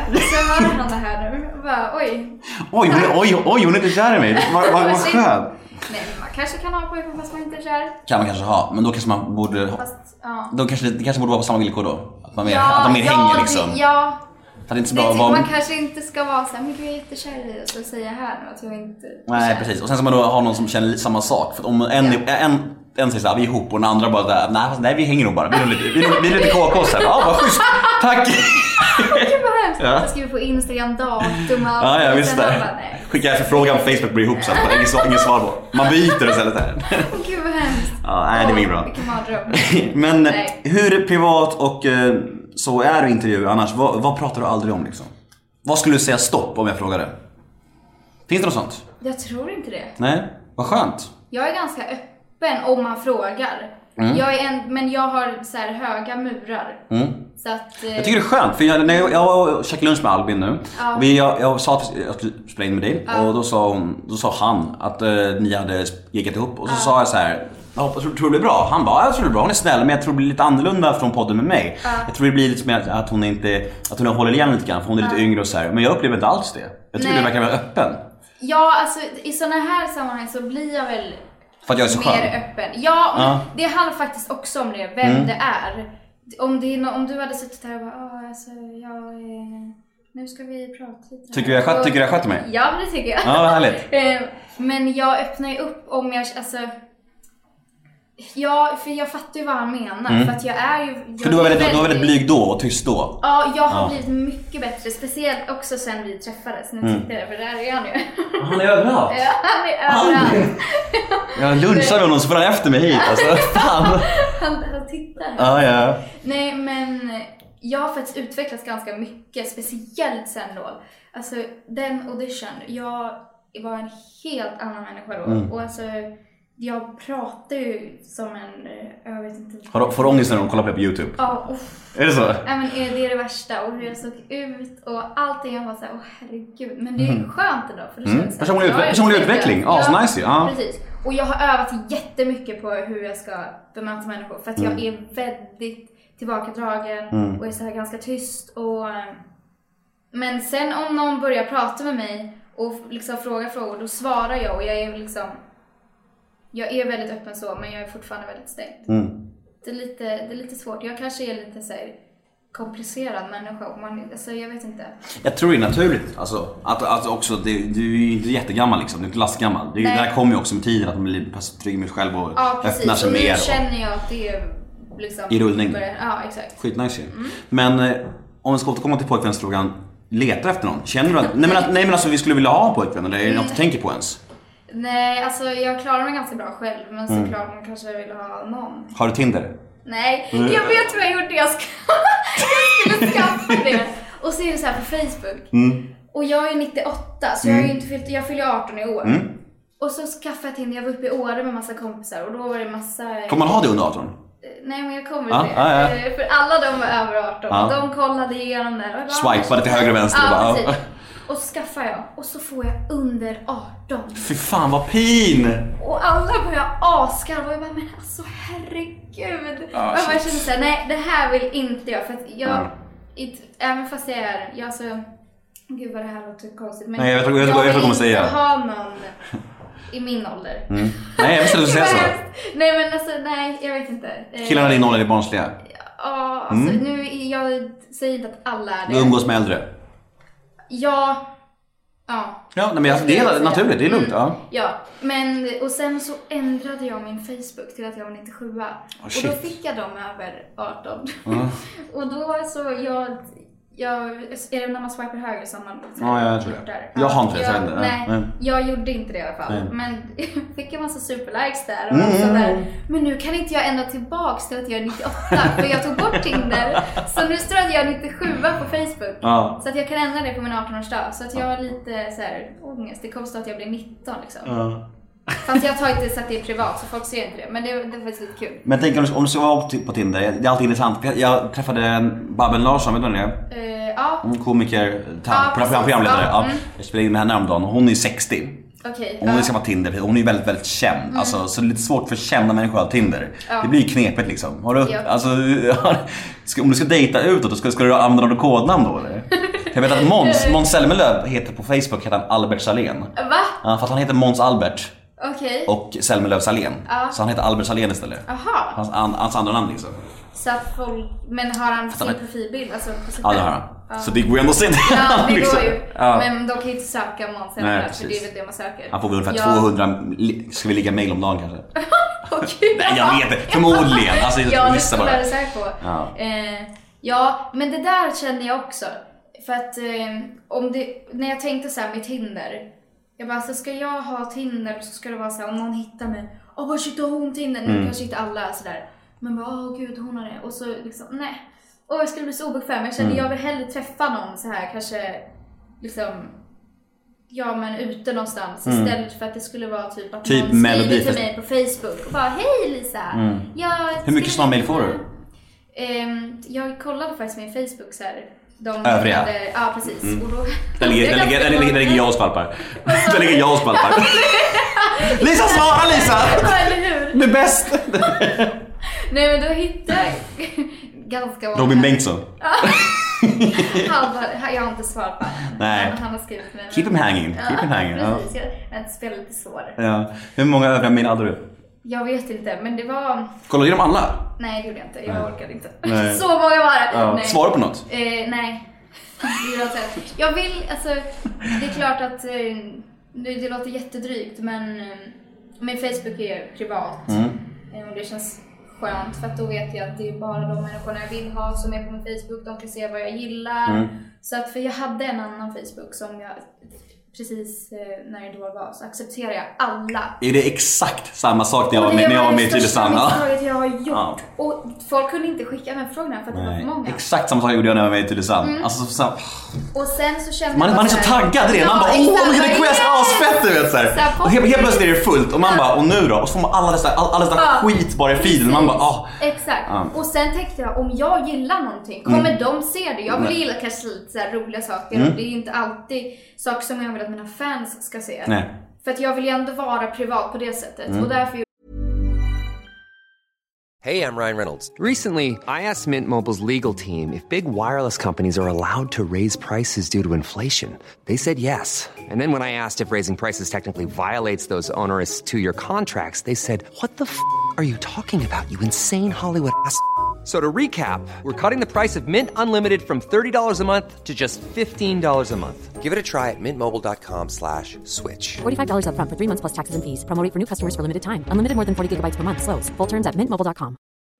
Så hör han det här nu och bara oj. Oj, hon är inte kär i mig. Vad skönt. Nej, man kanske kan ha pojkvän fast man inte är kär. Kan man kanske ha, men då kanske man borde fast, ja. Det kanske borde vara på samma villkor då. Att de mer hänger liksom. Ja. Det är inte så bra man kanske inte ska vara så här, men du är jättekär i dig och så säger här nu att jag inte Nej, precis. Och sen ska man då ha någon som känner samma sak. För om en säger såhär, vi är ihop och den andra bara där, nej vi hänger nog bara. Vi är lite KKs här. Ja, vad schysst. Tack. Gud vad hemskt. Ja. Jag skriver på Instagram datum och ja, visst det. Skickar jag förfrågan på Facebook blir ihop så att ingen svar på. Man byter istället här. Gud vad hemskt. Ja, nej det är inget bra. Vilken mardröm. Men hur privat och så är du intervju annars? Vad pratar du aldrig om liksom? Vad skulle du säga stopp om jag frågade? Finns det något sånt? Jag tror inte det. Nej, vad skönt. Jag är ganska öppen om man frågar. Men jag har så här höga murar. Så att, jag tycker det är skönt, för jag var och käkade lunch med Albin nu. Jag sa att jag skulle spela in med dig. Och då sa han att ni hade giggat ihop. Och så sa jag så här: jag tror det blir bra. Han bara, jag tror det blir bra, hon är snäll. Men jag tror det blir lite annorlunda från podden med mig. Jag tror det blir lite mer att hon håller igen lite grann, för hon är lite yngre och så här. Men jag upplever inte alls det. Jag tycker det verkar vara öppen. Ja, alltså i såna här sammanhang så blir jag väl för att jag är så mer öppen. Ja, det handlar faktiskt också om det, vem det är. Om du hade suttit här och bara, alltså nu ska vi prata lite. Tycker du jag sköter mig? Ja, det tycker jag. Ja, vad härligt. Men jag öppnar ju upp om jag, alltså... Ja, för jag fattar ju vad han menar. För att jag är ju... För du var väldigt blyg då och tyst då. Ja, jag har blivit mycket bättre. Speciellt också sen vi träffades. Nu tittar jag, för där är han ju. Han är överallt. Ja, han är överallt. Jag lunchade honom så får han efter mig hit. Alltså, fan. Han tittar. Ja. Nej, men jag har faktiskt utvecklats ganska mycket. Speciellt sen då. Alltså, den audition. Jag var en helt annan människa då. Och alltså... Jag pratar ju som en, jag vet inte. Får du ångest när de kollar på YouTube? Ja. Är det så? Ja, men det är det värsta. Och hur jag såg ut och allting. Jag var såhär, herregud. Men det är ju skönt ändå. För det känns personlig utveckling. Ja, så nice. Ja, precis. Och jag har övat jättemycket på hur jag ska bemöta människor. För att jag är väldigt tillbakadragen. Och är så här ganska tyst. Men sen om någon börjar prata med mig och liksom frågar frågor, då svarar jag. Och jag är liksom... Jag är väldigt öppen så, men jag är fortfarande väldigt stängd. Det är lite svårt. Jag kanske är lite så här komplicerad människa. Alltså, jag vet inte. Jag tror det är naturligt. Alltså, att också, du är ju inte jättegammal liksom. Du är inte lastgammal. Det här kommer ju också med tiden, att man blir trygg med sig själv och öppnar sig mer. Ja, precis. Och nu känner jag att det är liksom... I rullning. Ja, exakt. Skitnice ju. Men om vi ska återkomma till pojkvänsfrågan, letar efter någon. Känner du att... Nej men alltså, vi skulle vilja ha pojkvän, eller är det något du tänker på ens? Nej, alltså jag klarar mig ganska bra själv. Men såklart man kanske vill ha någon. Har du Tinder? Nej, jag vet vad jag gjorde. Jag skulle skaffa det. Och så är det så här på Facebook. Och jag är 98, så jag fyller 18 i år. Och så skaffade jag Tinder. Jag var uppe i Åre med massa kompisar. Och då var det massa... Kommer man ha det under 18? Nej, men jag kommer till det. För alla de var över 18. Och de kollade igenom det. Swipade till höger och vänster. Ja, och så skaffar jag. Och så får jag under 18. Fy fan vad pin! Och alla börjar askarva. Och jag bara, men alltså herregud. Och jag bara känner såhär, nej det här vill inte jag. För att jag, även fast jag är, alltså, gud vad det här låter konstigt. Men nej, jag vill inte ha någon i min ålder. Nej, jag visste att du säga så. Nej men alltså, nej, jag vet inte. Killarna i din ålder är barnsliga. Ja, alltså nu, jag säger inte att alla är det. Du umgås med äldre. Ja, men det är naturligt, det är lugnt. Ja, men och sen så ändrade jag min Facebook till att jag var 97. Och då fick jag dem över 18. Och då så är det när man swipar höger som man... Ja, jag tror det. Jag har inte det. Nej, jag gjorde inte det i alla fall. Nej. Men fick en massa superlikes där och så där. Men nu kan inte jag ändra tillbaks till att jag är 98. För jag tog bort Tinder. Så nu står att jag är 97 på Facebook. Så att jag kan ändra det på min 18-årsdag. Så att jag har lite så här ångest. Det kommer stå att jag blir 19 liksom. Fast jag har inte sagt det privat så folk ser inte det. Men det är faktiskt lite kul. Men tänk om du ska vara på Tinder. Det är alltid intressant. Jag träffade Babben Larsson, vet du det? Komiker, programledare. Jag spelade in med henne om dagen. Hon är 60. Hon vill skaffa Tinder. Hon är väldigt, väldigt känd. Alltså, så det är lite svårt för kända människor av Tinder. Det blir knepigt liksom. Har du, alltså, om du ska dejta utåt, ska du använda något kodnamn då eller? Jag vet att Måns Zelmerlöw heter på Facebook heter han Albert Salén. Va? Ja, för att han heter Måns Albert. Okej. Och Zelmerlöw Salén. Så han heter Albert Salén istället. Aha. Hans andra namn liksom. Så att folk... Men har han sin profilbild? Alltså på sig Ja, det har han. Så det går ju ändå att se det. Ja, det liksom. går ju. Ja. Men de kan ju inte söka Måns Zelmerlöw, för det är väl det man söker. Han får väl ungefär 200... Ska vi ligga mail om dagen kanske? Okay. Nej, jag vet inte. Förmodligen. Alltså, ja, det skulle jag säga på. Ja. Ja, men det där känner jag också. För att när jag tänkte så här med Tinder, jag bara, så ska jag ha Tinder så ska det vara så här, om någon hittar mig, vad shit, har hon Tinder? Nu kanske inte alla är sådär. Men bara, gud, hon har det. Och så liksom, nej. Jag skulle bli så obekväm. Jag kände, jag vill hellre träffa någon så här, kanske liksom, ja men ute någonstans, istället för att det skulle vara typ att någon skriver till mig på Facebook och bara, hej Lisa. Hur mycket sådana mail får du? Jag kollade faktiskt med Facebook så här. Övriga? Ja, precis. Och då... Där ligger jag och skvalpar. Där ligger jag och skvalpar. Lisa, svara Lisa! Du är bäst! Nej, men då hittade jag ganska många. Robin Bengtsson. Jag har inte svarat på Nej. Han har skrivit med. Keep him hanging. Keep him hanging. Precis, jag inte spelar lite svår. Ja. Hur många övriga mail hade du? Jag vet inte, men det var... Kollade du dem alla? Nej, det gjorde jag inte. Jag orkade inte. Nej. Så många var det. Ja. Svara på något? Nej. Jag vill, alltså, det är klart att det låter jättedrygt, men Facebook är privat. Och det känns skönt, för att då vet jag att det är bara de människorna jag vill ha som är på min Facebook. De kan se vad jag gillar. Så att, för jag hade en annan Facebook som jag... Precis när det då var så accepterar jag alla. Är det exakt samma sak när jag var med i Tylösand? Jag har gjort. Ja. Och folk kunde inte skicka med frågorna för att det var för många. Exakt samma sak gjorde jag när jag var med i Tylösand. Alltså, och sen så kände man är så taggad i det. Man bara, vilken request, asfett, du vet såhär. Och helt plötsligt är det fullt och man bara, och nu då? Och så får man alla dessa skit bara i feeden. Man bara, Exakt. Och sen tänkte jag, om jag gillar någonting, kommer de se det? Jag vill gilla kanske lite så här roliga saker. Och det är inte alltid saker som jag vill att mina fans ska se. Nej. För att jag vill ju ändå vara privat på det sättet. Och därför... Hey, I'm Ryan Reynolds. Recently, I asked Mint Mobile's legal team if big wireless companies are allowed to raise prices due to inflation. They said yes. And then when I asked if raising prices technically violates those onerous 2-year contracts, they said, what the f*** are you talking about, you insane Hollywood ass? So to recap, we're cutting the price of Mint Unlimited from $30 a month to just $15 a month. Give it a try at mintmobile.com/switch. $45 up front for 3 months plus taxes and fees. Promo rate for new customers for limited time. Unlimited more than 40 gigabytes per month. Slows full terms at mintmobile.com.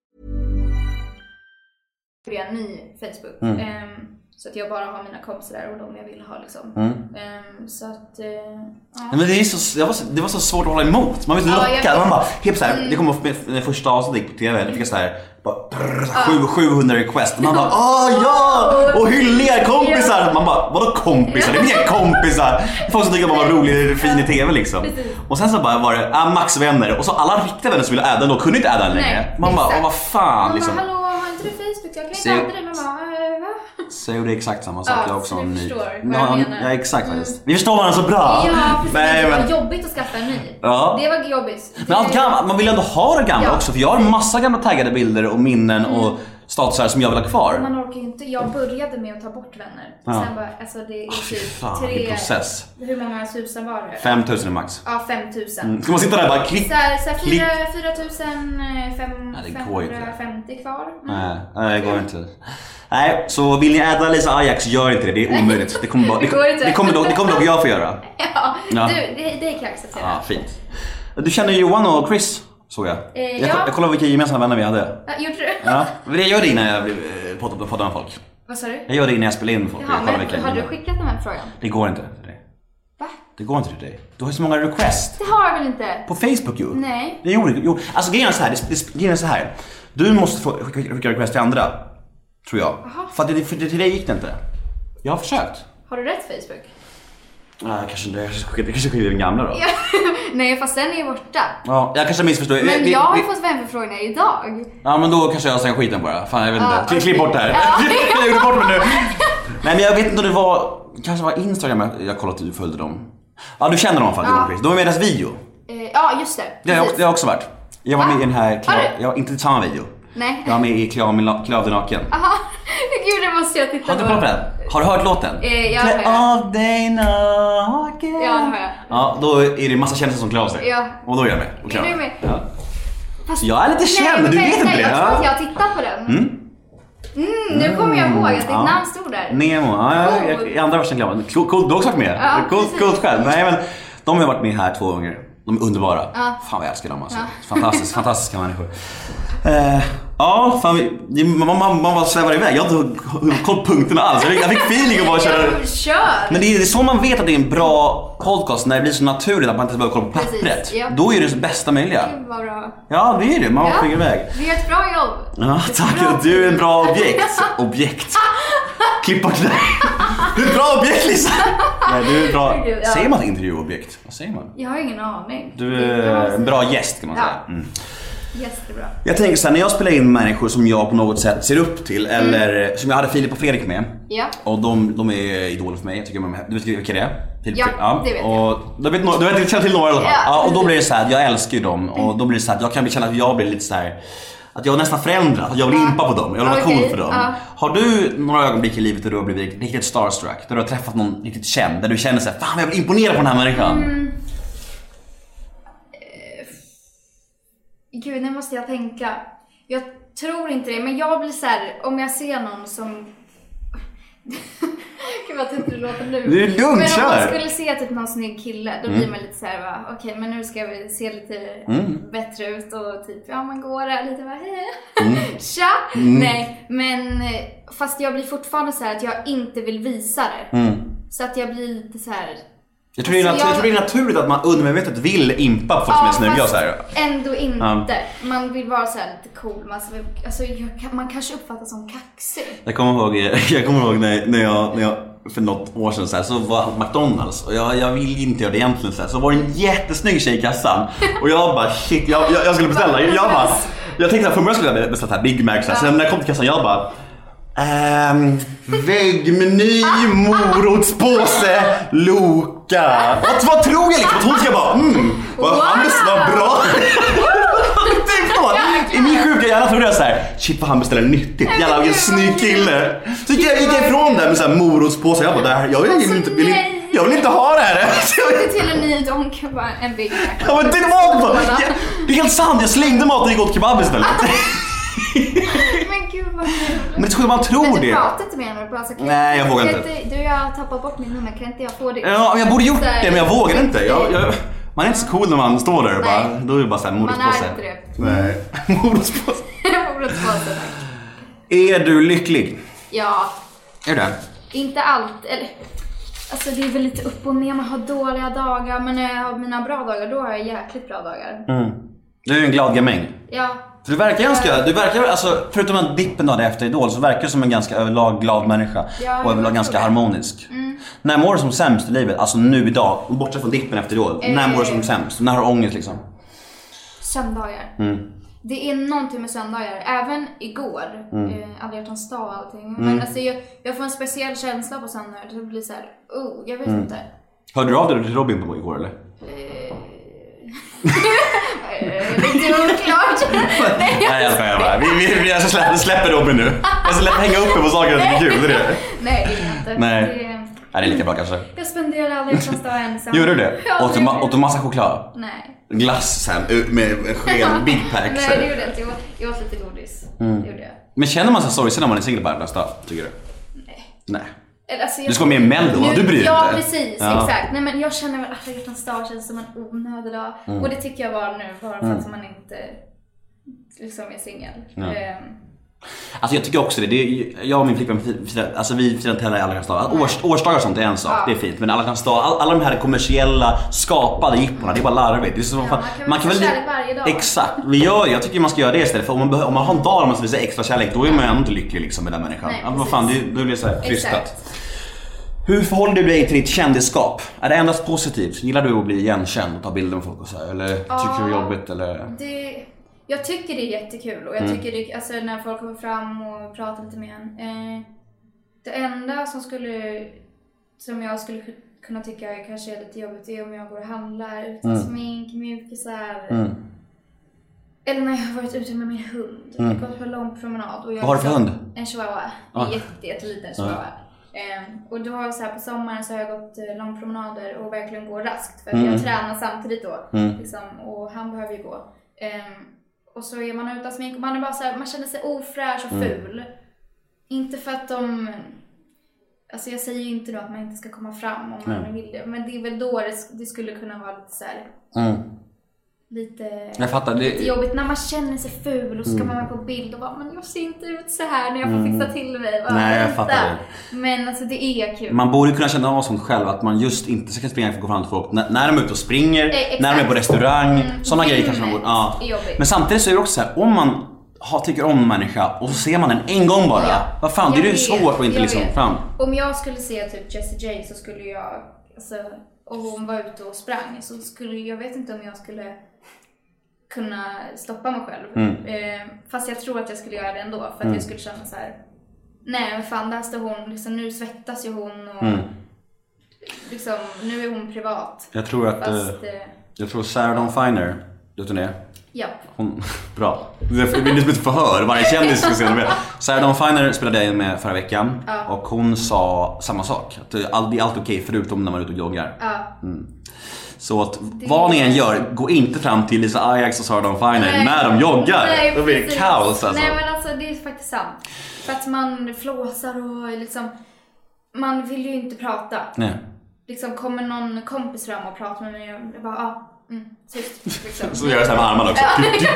Det är en ny Facebook. Så att jag bara har mina kompisar där och de jag vill ha liksom. Så att... ja. Men det var så svårt att hålla emot. Man vill locka. Man bara, helt såhär, det kom upp med första avsnittet på TV. Det fick jag såhär, 700 request. Man bara, ja! Och hylliga kompisar. Man bara, vadå kompisar? Det är mer kompisar. Folk som tycker att man var rolig och fin i TV liksom. Och sen så bara var det Max vänner. Och så alla riktiga vänner som ville adda, då kunde inte adda längre. Man bara, vad fan liksom. Man bara, hallå, har inte du Facebook? Jag kan inte adda dig. Man bara, så jag gjorde exakt samma sak. Jag också en ny. Ja, exakt faktiskt. Vi förstår varandra så bra. Ja, precis. Det var jobbigt att skaffa en ny. Ja. Det var jobbigt. Men allt gammalt, man vill ändå ha det gamla också. För jag har massa gamla taggade bilder och minnen och statusar som jag vill ha kvar. Man orkar ju inte. Jag började med att ta bort vänner. Sen bara, alltså det är typ 3... process. Hur många tusen var det? 5000 max. Ja, 5000. Ska man sitta där och bara klick? Så 4550 kvar. Nej, det går inte. Nej, så vill ni äta Lisa Ajax, gör inte det. Det är omöjligt. Det kommer dock jag få göra. Ja. Du, det kan jag acceptera. Ja, fint. Du känner Johan och Chris, såg jag. Jag kollade vilka gemensamma vänner vi hade. Ja, gjorde du? Ja, jag gör det innan jag poddar med folk. Vad sa du? Jag gör det innan jag spelar in med folk. Ja, men har du skickat den här frågan? Det går inte till dig. Va? Det går inte till dig. Du har ju så många requests. Det har jag väl inte? På Facebook ju. Nej. Det gjorde jo. Alltså grejen är så här. Du måste få skicka request till andra. Tror jag. Aha. För till dig gick det inte. Jag har försökt. Har du rätt Facebook? Kanske inte. Jag kanske skickade den gamla då. Ja. Nej, fast den är ju borta. Ja, jag kanske missförstår. Men jag har ju fått vänförfrågningar idag. Ja, men då kanske jag säger skiten bara. Fan, jag vet inte. Okay. Klipp bort det här. Ja. Jag gjorde bort mig nu. Nej, men jag vet inte om det var... Kanske var Instagram jag kollade att du följde dem. Ja, du känner dem i alla fall. Ja. De var med i deras video. Ja, just det. Det har också varit. Jag var med i den här... Jag var inte i samma video. Nej. Jag var med i Klövde naken. Aha. Gud, det måste jag titta på. Har du kollat på den? Har du hört låten? Ja, Klä av dig naken. Ja, det har jag. Ja, då är det massa kändisar som klär av sig. Ja. Och då är jag med. Och Är du med? Ja. Fast, Jag är lite känd, men du vet inte det. Jag tror att jag tittar på den. Nu kommer jag ihåg att ditt namn stod där. Nemo, i andra versen glömde. Coolt, du har också varit med. Ja, Coolt själv. Nej, men de har varit med här 2 gånger. De är underbara. Ja. Fan vad jag älskar dem alltså. Ja. Fantastiska människor. Ja, fan, man bara svävar iväg. Jag har inte koll på punkterna alls. Jag fick feeling och bara köra. Kör! Men det är så man vet att det är en bra podcast när det blir så naturligt att man inte behöver kolla på pappret. Precis, ja. Då är det bästa möjliga. Gud vad bra. Ja, det är det. Man bara flyger iväg. Vi gör ett bra jobb. Ja, tack. Du är en bra objekt. Klippa knä. Du är ett bra objekt, Lisa. Nej, du är ett bra. Ja. Säger man intervjuobjekt? Vad säger man? Jag har ingen aning. Du är en bra gäst kan man säga. Yes, det är bra. Jag tänker så här, när jag spelar in människor som jag på något sätt ser upp till eller som jag hade Filip och Fredrik med. Ja. Och de är idoler för mig. Jag tycker du vet vilka det är? Filip, Ja, det vet jag. Och du vet känner till några i alla fall. Ja. Ja, och då blir det så här, jag älskar ju dem och då blir det så här, jag kan känna att jag blir lite så här. Att jag nästan förändrat, att jag vill impa på dem, jag vill vara cool för dem. Har du några ögonblick i livet där du har blivit riktigt starstruck? Där du har träffat någon riktigt känd, där du känner såhär, fan jag vill imponera på den här människan? Gud, nu måste jag tänka. Jag tror inte det, men jag blir så här, om jag ser någon som... Gud vad tänkte du låter nu. Det är lugnt, men om kör. man skulle se typ någon snygg kille, då blir man lite så här, va, okej, men nu ska vi se lite bättre ut och typ, ja man går där lite bara, hej. Tja! Nej, men fast jag blir fortfarande så här att jag inte vill visa det. Så att jag blir lite så här. Jag tror det är naturligt att man undermedvetet vill impa på folk som är snygga och så här. Ändå inte. Man vill vara så här lite cool. Man kanske uppfattas som kaxig. Jag kommer ihåg när jag för något år sedan så, här, så var McDonalds och jag vill inte göra det egentligen så var det en jättesnygg tjej i kassan och jag bara shit, jag skulle beställa. Jag tänkte att från början skulle jag beställa Big Mac så här. Sen när jag kom till kassan jag bara väggmeny, morotspåse, Loka. Vad tror jag liksom? Att hon ska bara vad han beställer bra. I min sjuka hjärna trodde jag såhär, shit vad han beställer nyttigt. Jävlar vilken snygg kille. Så gick jag ifrån där med såhär morotspåse. Jag bara, jag vill inte ha det här. Det till en ny donk bara en Big Mac. Ja, men det är helt sant, jag slängde maten och gick åt kebab istället. Men gud vad kul. Men det skulle man tro det. Men du pratar inte med henne? Alltså, nej, jag vågar inte. Jag har tappat bort min nummer, kan inte jag få det? Ja, jag borde gjort det, men jag vågar inte. Man är inte så cool när man står där och bara, då är det bara såhär morotspåse. Man är inte det. Nej, morotspåse. Morotspåse, tack. Är du lycklig? Ja. Är du det? Inte allt, eller... Alltså det är väl lite upp och ner, man har dåliga dagar. Men när jag har mina bra dagar, då har jag jäkligt bra dagar. Du är ju en glad gamäng. Ja. Så du verkar alltså, förutom en dippen då efter Idol, så verkar du som en ganska överlag glad människa. Ja, och överlag ganska harmonisk. När mår du som sämst i livet? Alltså nu idag, bortsett från dippen efter Idol. När mår du som sämst? När har du ångest liksom? Söndagar. Det är någonting med söndagar. Även igår, alla hjärtans dag och allting. Men alltså jag får en speciell känsla på söndagar. Det blir så här, jag vet inte. Hörde du av dig till Robin på igår eller? Lite oklart. Nej, jag skojar bara. Vi släpper Robin nu. Jag ska hänga uppe på saker som är kul, det är det. Nej, det är inte. Nej. Det är lika bra kanske. Jag spenderar alla hjärtans dag ensam. Gjorde du det? Ja, åt du massa choklad? Nej. Glass sen med sken Big Pack. Nej, det gjorde jag inte. Jag åt lite godis. Det gjorde jag. Men känner man sig sorgsen när man är singel på nästa, tycker du? Nej. Alltså, du ska vara med i Mello, du bryr dig ja, inte. Precis, exakt. Nej, men jag känner väl alla hjärtans dag känns som en onödig dag. Och det tycker jag var nu, bara för att man inte liksom är singel. Alltså jag tycker också det jag och min flickvän alltså vi firar inte heller alla hjärtans dag. Årsdagar och sånt är en sak, det är fint. Men alla hjärtans dag, alla de här kommersiella skapade jipporna, det är bara larvigt. Det är så, man kan väl varje dag. Exakt, jag tycker man ska göra det istället. För om man har en dag där man ska visa extra kärlek, då är man ändå inte lycklig liksom med den människan. Nej, vad fan, då blir det så här krystat. Hur förhåller du dig till ditt kändisskap? Är det endast positivt? Gillar du att bli igenkänd och ta bilder med folk och så här? Eller tycker du det är jobbigt? Eller? Jag tycker det är jättekul. Och jag tycker det, alltså, när folk kommer fram och pratar lite med en. Det enda som jag skulle kunna tycka kanske är lite jobbigt är om jag går och handlar utan smink, mjukisar. Eller när jag har varit ute med min hund. Jag har gått på en lång promenad. Och vad har du för hund? En chihuahua. En jätteliten chihuahua. Och då har jag så här, på sommaren så har jag gått långpromenader och verkligen går raskt. För att jag tränar samtidigt då. Liksom, och han behöver ju gå. Och så är man utan smink och man är bara så här, man känner sig ofräsch och ful. Inte för att alltså jag säger ju inte då att man inte ska komma fram om man vill det. Men det är väl då det skulle kunna vara lite så här, jag fattar, lite jobbigt när man känner sig ful och så ska man vara på bild och bara, men jag ser inte ut så här när jag får fixa till mig. Bara, nej, jag fattar det. Men alltså det är kul. Man borde kunna känna av sånt själv, att man just inte ska springa för att gå fram till folk när de är ute och springer, när de är på restaurang, sådana grejer kanske man borde, Men samtidigt så är det också så här, om man tycker om en människa och så ser man den en gång bara, vad fan, det är ju svårt att inte liksom fram. Om jag skulle se typ Jessie J så skulle jag, alltså, och hon var ute och sprang, så skulle jag vet inte om jag skulle kunna stoppa mig själv. Fast jag tror att jag skulle göra det ändå, för att jag skulle känna så här: nej men fan, där står hon liksom, nu svettas ju hon och liksom, nu är hon privat. Jag tror att jag tror Sarah Dawn Finer, vet du det? Ja. Hon, bra. Det är liksom ett förhör, varje kändis ska se med. Sarah Dawn Finer spelade jag med förra veckan och hon sa samma sak, att det är allt okej förutom när man är ute och joggar. Så att vad ni än gör, gå inte fram till Lisa Ajax och Sarah Dawn Finer när de joggar. Nej, då blir det kaos alltså. Nej men alltså det är faktiskt sant. För att man flåsar och liksom, man vill ju inte prata. Nej. Liksom kommer någon kompis fram och pratar med mig och jag bara tyst liksom. Så gör jag så här med armarna också.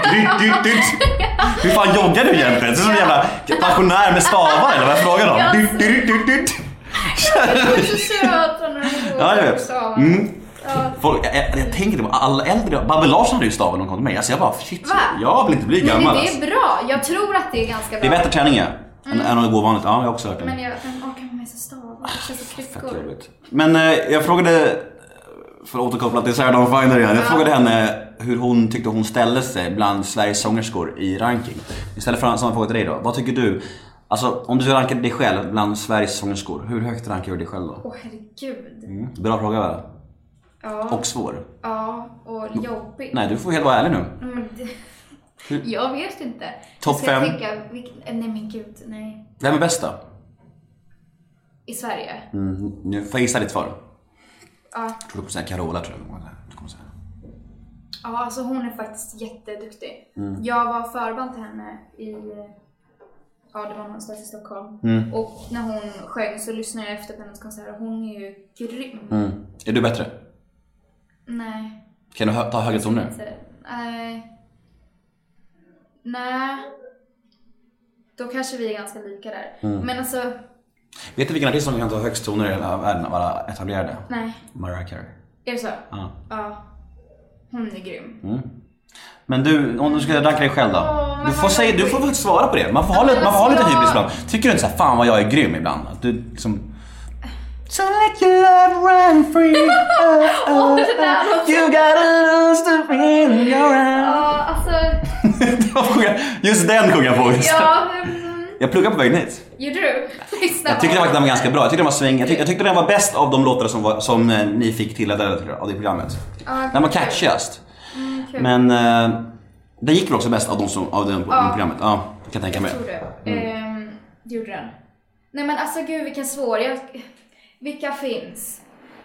Hur fan joggar du egentligen? Det är som en jävla pensionär med stavar, eller vad jag frågar om. Du är så söt när du går. Ja, jag vet. Folk, jag tänker på alla äldre. Babbe Larsson hade ju staven någon gång till mig. Alltså jag bara, shit, jag vill inte bli gammal. Men det är bra, jag tror att det är ganska bra. Det är bättre träning än att gå vanligt. Ja, jag har också hört det. Men jag orkar med så stavar, det känns så kryckor. Men jag frågade, för att återkoppla till Sarah Dawn Finer igen, jag frågade henne hur hon tyckte hon ställde sig bland Sveriges sångerskor i ranking. Istället för samma fråga till dig då, vad tycker du? Alltså om du ska ranka dig själv bland Sveriges sångerskor, hur högt rankar du dig själv då? Herregud. Bra fråga, va? Ja. Och svår. Ja, och jobbigt. Nej, du får helt vara ärlig nu. Jag vet inte. Topp 5? Nej men gud, nej. Vem är bästa? I Sverige? Nu får jag gissa ditt svar. Ja. Jag tror du kommer säga Carola, tror jag. Ja, alltså hon är faktiskt jätteduktig. Jag var förband till henne det var någonstans i Stockholm. Och när hon sjöng så lyssnade jag efter på hennes konsert och hon är ju grym. Är du bättre? Nej. Kan du ta högre toner? Nej. Då kanske vi är ganska lika där. Men alltså... Vet du vilken artist som kan ta högst toner i hela världen och vara etablerade? Nej. Mariah Carey. Är det så? Ja. Hon är grym. Men du, om du ska ranka dig själv då? Du får faktiskt svara på det. Man får ha lite hybris ibland. Tycker du inte så här, fan vad jag är grym ibland? Att du liksom... So let your love run free. You gotta lose the wind in your eyes. Ja, alltså... Just den sjunger jag på. Ja, jag pluggar på vägen hit. Gjorde du? Jag tyckte faktiskt den var ganska bra. Jag tyckte den var sväng. Jag tyckte den var bäst av de låtar som ni fick till av det programmet. Den var catchigast. Men det gick väl också bäst av de programmet. Ja, kan jag tänka mig. Jag tror det. Det gjorde den. Nej men alltså gud vilken svår. Vilka finns?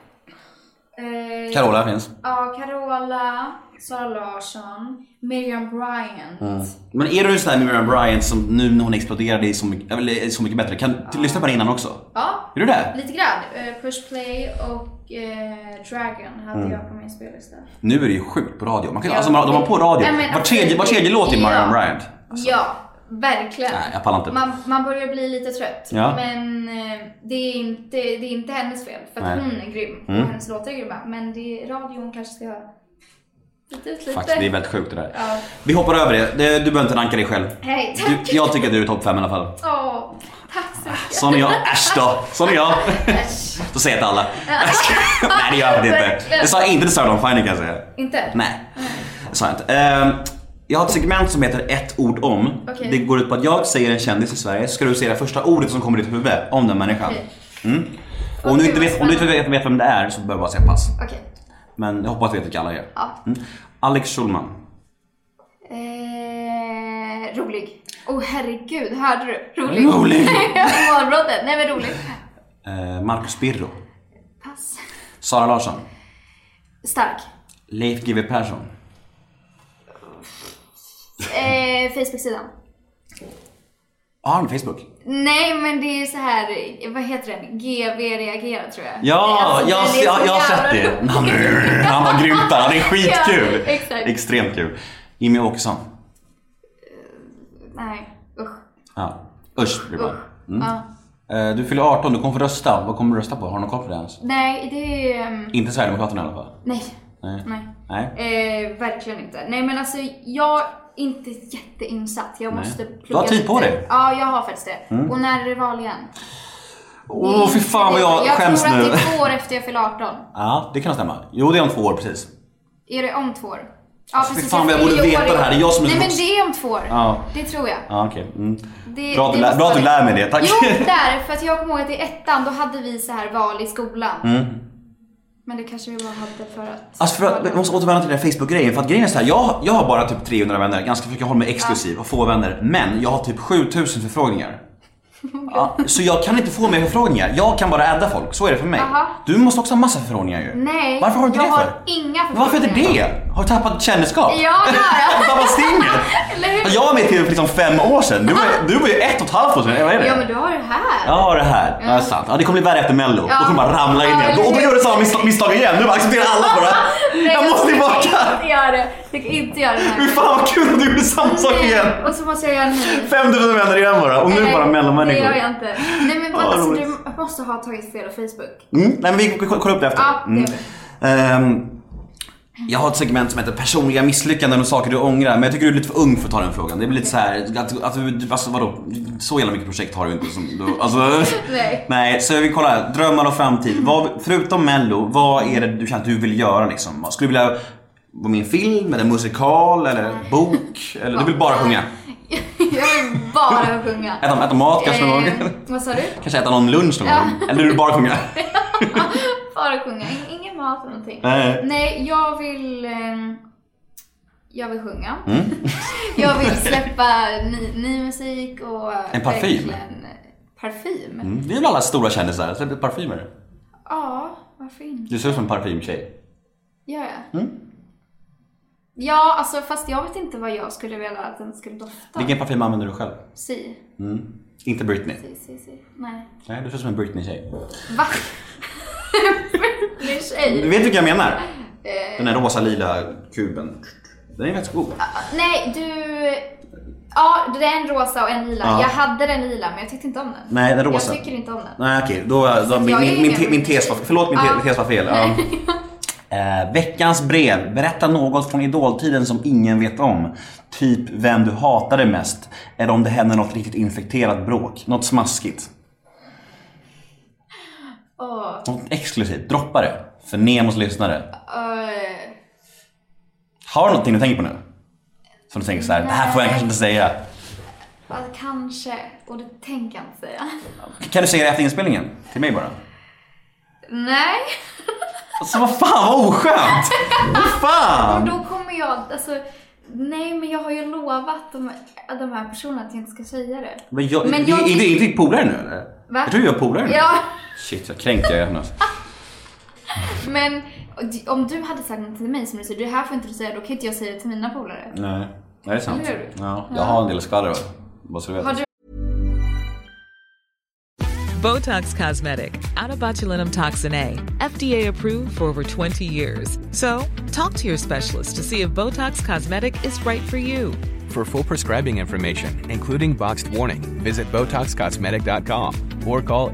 Carola finns. Ja, Carola, Sara Larsson, Miriam Bryant. Men är du en sån där Miriam Bryant som nu när hon exploderade är så mycket bättre? Kan du lyssna på den innan också? Ja. Är du det? Lite grann. Push Play och Dragon hade jag på min spellista. Nu är det ju sjukt på radio. Man kan, de har på radio. Var tredje låt i Miriam Bryant. Alltså. Ja, verkligen. Nej, jag pallar inte. Man börjar bli lite trött. Ja. Men det är inte hennes fel. För att hon är grym. Och hennes låtar är grymma. Men radion kanske ska lite. Faktiskt, det är väldigt sjukt det där. Ja. Vi hoppar över det. Du behöver inte ranka dig själv. Hej, tack. Jag tycker att du är topp 5 i alla fall. Tack så mycket. Sån är jag. Äsch då. Sån är jag. Då säger jag till alla. Nej, det gör jag inte. Det sa jag inte till Sarah Dawn Finer, kan jag säga. Inte? Nej, det sa jag inte. Jag har ett segment som heter ett ord om. Okay. Det går ut på att jag säger en kändis i Sverige. Ska du säga det första ordet som kommer i ditt huvud om den människan. Okay. Och om du inte vet vem det är så behöver du bara säga pass. Okay. Men jag hoppas att du vet vilka alla är. Ja. Alex Schulman. Rolig. Herregud, hörde du? Rolig. Rolig. Morgonbrottet. Nej men rolig. Marcus Birro. Pass. Sara Larsson. Stark. Leif GW Persson. Facebook-sidan. Har han Facebook? Nej, men det är så här, vad heter den? GV reagerar tror jag. Ja, jag har sett det. Han var grymt där, det är skitkul. Ja, exakt. Extremt kul. Jimmy Åkesson. Nej, usch. Ja, usch blir det. Du fyller 18, du kommer få rösta. Vad kommer du rösta på? Har du någon koll på det ens? Nej, det är... Inte Sverigedemokraterna i alla fall. Nej. Verkligen inte. Nej, men alltså jag är inte jätteinsatt. Jag måste plugga. Du har tid på det? Ja, jag har faktiskt det. Och när är det val igen? Fy fan vad jag skäms nu. Jag tror att det är 2 år efter jag fyller 18. Ja, det kan stämma. Jo, det är om 2 år precis. Är det om 2 år? Ja, precis. Fy fan vad jag borde veta det här. Det är jag som är... Nej, men det är om 2 år. Ja. Det tror jag. Ja, okej. Bra att du lär mig det, tack. Jo, där. För att jag kommer ihåg att i 1:an, då hade vi så här val i skolan. Men det kanske vi bara hade för att... Alltså jag måste återvända till den här Facebook-grejen. För att grejen är så här, jag har bara typ 300 vänner. Ganska försöker hålla mig exklusiv och få vänner. Men jag har typ 7000 förfrågningar. Ja, så jag kan inte få mer förfrågningar. Jag kan bara adda folk, så är det för mig. Du måste också ha massa förfrågningar ju. Nej, varför har du inte det för? Jag har inga förfrågningar. Varför inte det? Har du tappat kändisskap? Ja, det har jag. Har du tappat stinget? Jag var med till liksom 5 år sedan. Du var ju 1,5 år sedan. Vad är det? Ja, men du har det här. Jag har det här. Ja, det är sant. Ja, det kommer bli värre efter Mello. Då kommer bara ramla in igen. Och då gör du samma misstag igen. Nu bara accepterar alla bara. Jag måste tillbaka. Jag kan inte göra det här. Hur fan vad kul att du gjorde samma sak igen. Och så måste jag göra en ny. 5000 vänner igen bara. Och nu bara Mello-människor. Det gör jag inte. Nej, men alltså, du måste ha tagit fel av Facebook. Nej, men vi kollar upp det efter. Ja, det är det. Jag har ett segment som heter personliga misslyckanden och saker du ångrar. Men jag tycker du är lite för ung för att ta den frågan. Det blir lite så här att du, alltså vadå, så jävla mycket projekt har du inte som du, alltså, nej, så vi kollar drömmar och framtid. Förutom Mello, vad är det du känner att du vill göra liksom? Skulle du vilja vara med i en film eller en musikal eller en bok? Eller du vill bara sjunga? Jag vill bara sjunga. Äta mat kanske någon gång? Vad sa du? Kanske äta någon lunch någon gång? Eller du vill bara sjunga? Bara sjunga, ingen mat eller någonting. Nej, jag vill sjunga. Jag vill släppa ny musik och en parfym. Parfym. Det är väl alla stora kändisar, släpper parfymer. Ja, varför inte? Du ser ut som en parfymtjej. Gör jag? Ja, alltså fast jag vet inte vad jag skulle vilja att den skulle dofta. Vilken parfym använder du själv? Si. Inte Britney. Si. Nej, du ser ut som en Britney-tjej. Va? Britney-tjej? Du vet vilka jag menar? Den här rosa-lila kuben. Den är ganska god. Nej, ja, det är en rosa och en lila. Jag hade den lila, men jag tyckte inte om den. Nej, den rosa. Jag tycker inte om den. Nej, okej. Då min tes var... Förlåt, min tes var fel. Veckans brev. Berätta något från idoltiden som ingen vet om. Typ vem du hatade mest. Eller om det hände något riktigt infekterat bråk. Något smaskigt. Något exklusivt. Droppa det. För Nemos lyssnare. Har du någonting du tänker på nu? Som du tänker så här, det här får jag kanske inte säga. Kanske. Och det tänker jag inte säga. Kan du säga det efter inspelningen? Till mig bara. Nej. Alltså vad fan, vad oskönt. Vad fan. Och då kommer jag, alltså, nej men jag har ju lovat de här personerna att jag inte ska säga det. Men är det inte ditt polare nu eller? Va? Jag tror jag är polare nu. Ja. Shit, jag kränkte jag henne. Men om du hade sagt något till mig som du säger, det här får inte du säga, då kan inte jag säga det till mina polare. Nej, det är sant. Eller? Ja, jag har en del skvaller. Vad så du vet. Botox Cosmetic, out of botulinum toxin A, FDA approved for over 20 years. So, talk to your specialist to see if Botox Cosmetic is right for you. For full prescribing information, including boxed warning, visit BotoxCosmetic.com or call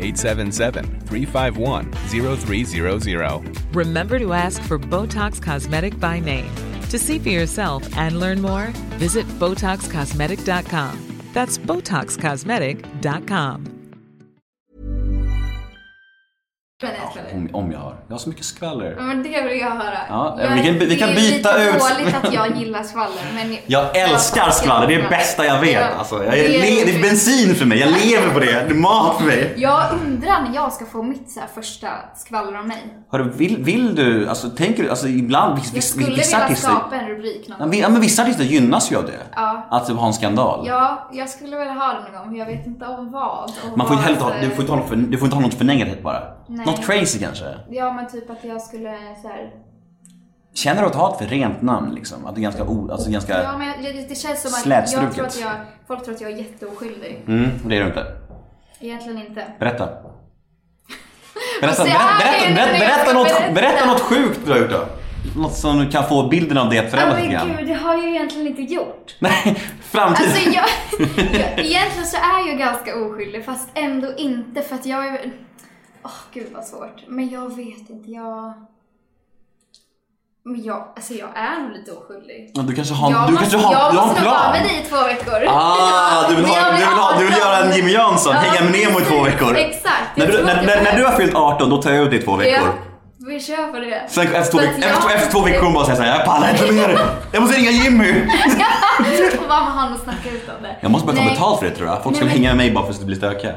877-351-0300. Remember to ask for Botox Cosmetic by name. To see for yourself and learn more, visit BotoxCosmetic.com. That's BotoxCosmetic.com. Om jag har. Jag har så mycket skvaller. Ja, men det vill jag höra. Ja, vi kan byta ut. Det är dåligt att jag gillar skvaller. Men jag älskar skvaller, det är det bästa jag vet. Ja, alltså, det är bensin för mig, jag lever på det. Det är mat för mig. Jag undrar när jag ska få mitt så här första skvaller om mig. Hörru, vill du, alltså tänker du, alltså ibland jag skulle vilja skapa en rubrik någon gång. Ja, men vissa artister gynnas ju av det. Ja. Att ha en skandal. Ja, jag skulle vilja ha det någon gång, men jag vet inte om vad. Man får ju du får inte ha något för negativt bara. Nej. Något crazy kanske. Ja, men typ att jag skulle så här... Känner du att ha ett för rent namn liksom? Att det är ganska Ja, men det känns som att jag tror att folk tror att jag är jätteoskyldig. Det är du inte. Egentligen inte. Berätta något sjukt du har gjort då. Något som du kan få bilden av det att förändras lite grann. Men gud, det har jag egentligen inte gjort. Nej, framtiden. Alltså egentligen så är jag ganska oskyldig, fast ändå inte, för att jag är... gud vad svårt. Men jag vet inte, Men jag är nog lite oskyldig. Ja, du kanske har jag en måste plan. vara med dig i 2 veckor. Du vill göra en Jimmy Jansson, hänga med Nemo i 2 veckor. Exakt. När du har fyllt 18, då tar jag ut dig i 2 veckor. Ja, vi kör på det. Sen efter 2 veckor kommer bara säga såhär, jag pallar inte mer. Jag måste ringa Jimmy. Och vad med han och snacka ut om det. Jag måste bara ta betalt för det, tror jag. Folk ska hänga med mig bara för att det blir stökigt.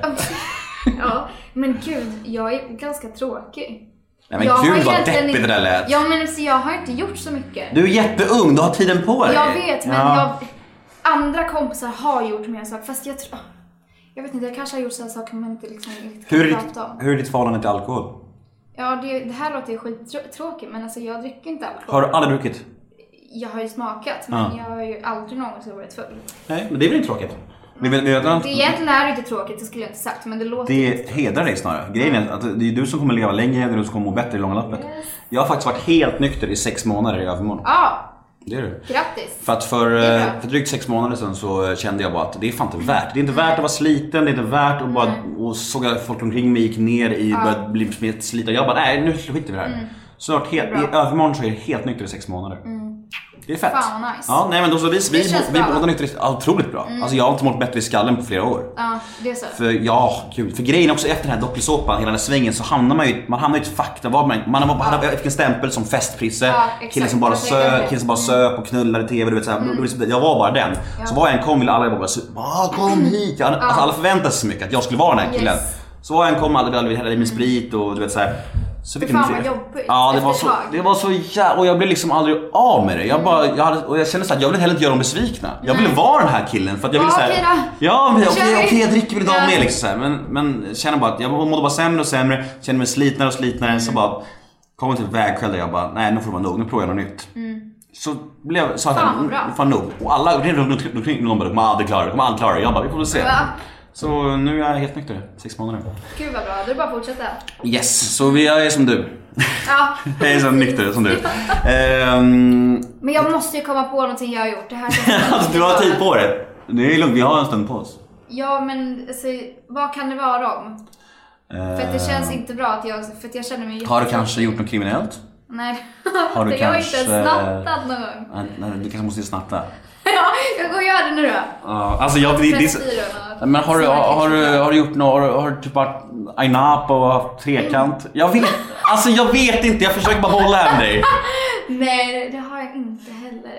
Ja, men gud, jag är ganska tråkig. Nej, men gud vad deppigt det där lät. Ja, men så jag har inte gjort så mycket. Du är jätteung, du har tiden på dig. Jag vet, men andra kompisar har gjort mer saker. Fast jag vet inte, jag kanske har gjort sådana saker men inte liksom Hur är ditt förhållande till alkohol? Ja, det här låter ju skittråkigt, men alltså jag dricker inte alkohol. Har du aldrig druckit? Jag har ju smakat, men jag har ju aldrig någonsin varit full. Nej, men det är väl inte tråkigt? Det egentligen är inte tråkigt, det skulle jag inte sagt, men det låter... Det hedrar dig snarare. Grejen är att det är du som kommer leva längre, det är du som kommer må bättre i långa loppet. Yes. Jag har faktiskt varit helt nykter i 6 månader i övermorgon. Ja. Det är du. Grattis. För att för drygt 6 månader sedan så kände jag bara att det är fan inte värt. Det är inte värt att vara sliten, det är inte värt att bara... Och såg att folk omkring mig gick ner i, började bli slita. Jag bara, nej nu skiter vi här. Så i övermorgon så är det helt nykter i 6 månader. Det är fett. Fan vad nice. Ja, nej men då så vi båda nykter otroligt bra. Alltså jag har inte mått bättre i skallen på flera år. Ja, det är så. För grejen också efter den här doppelsåpan, hela den svängen, så hamnar man hamnar i ett fakta. Man fick en stämpel som festprisse. Killen som bara söp och knullade i tv, du vet så här. Jag var bara den. Så var jag en kom, ville alla bara kom hit. Alltså alla förväntade sig så mycket att jag skulle vara den här killen. Så var jag en kom, aldrig hällde i min sprit och du vet så här. Så det fan vad jobbigt. Ja, det var så jävla... Och jag blev liksom aldrig av med det. Jag kände så att jag ville heller inte göra dem besvikna. Jag ville vara den här killen för att jag ville säga. Okej, jag dricker väl idag med liksom så här. Men känner bara att jag mådde bara sämre och sämre. Känner mig slitnare och slitnare. Så bara kom till ett vägskäl där jag bara, nej nu får det vara nog. Nu provar jag något nytt. Så sa jag fan nog. Och alla någon bara, kommer aldrig klara det. Jag bara, vi får väl se. Så nu är jag helt nykter, 6 månader. Gud vad bra, du bara fortsätta. Yes, så jag är som du. Ja. Jag är så nykter som du. Men jag måste ju komma på någonting jag har gjort. Det här alltså, du har tid på det. Det är lugnt, vi har en stund på oss. Ja, men alltså, vad kan det vara om? För att det känns inte bra att jag känner mig... Har du kanske gjort något kriminellt? Nej, har du jag har inte snattat någon gång. Nej, du kanske måste snatta. Ja, jag går och gör det nu då. Ja, alltså men har du gjort något, har du typ varit Ainap och haft trekant? Jag vet inte, jag försöker bara hålla här med dig. Nej, det har jag inte heller.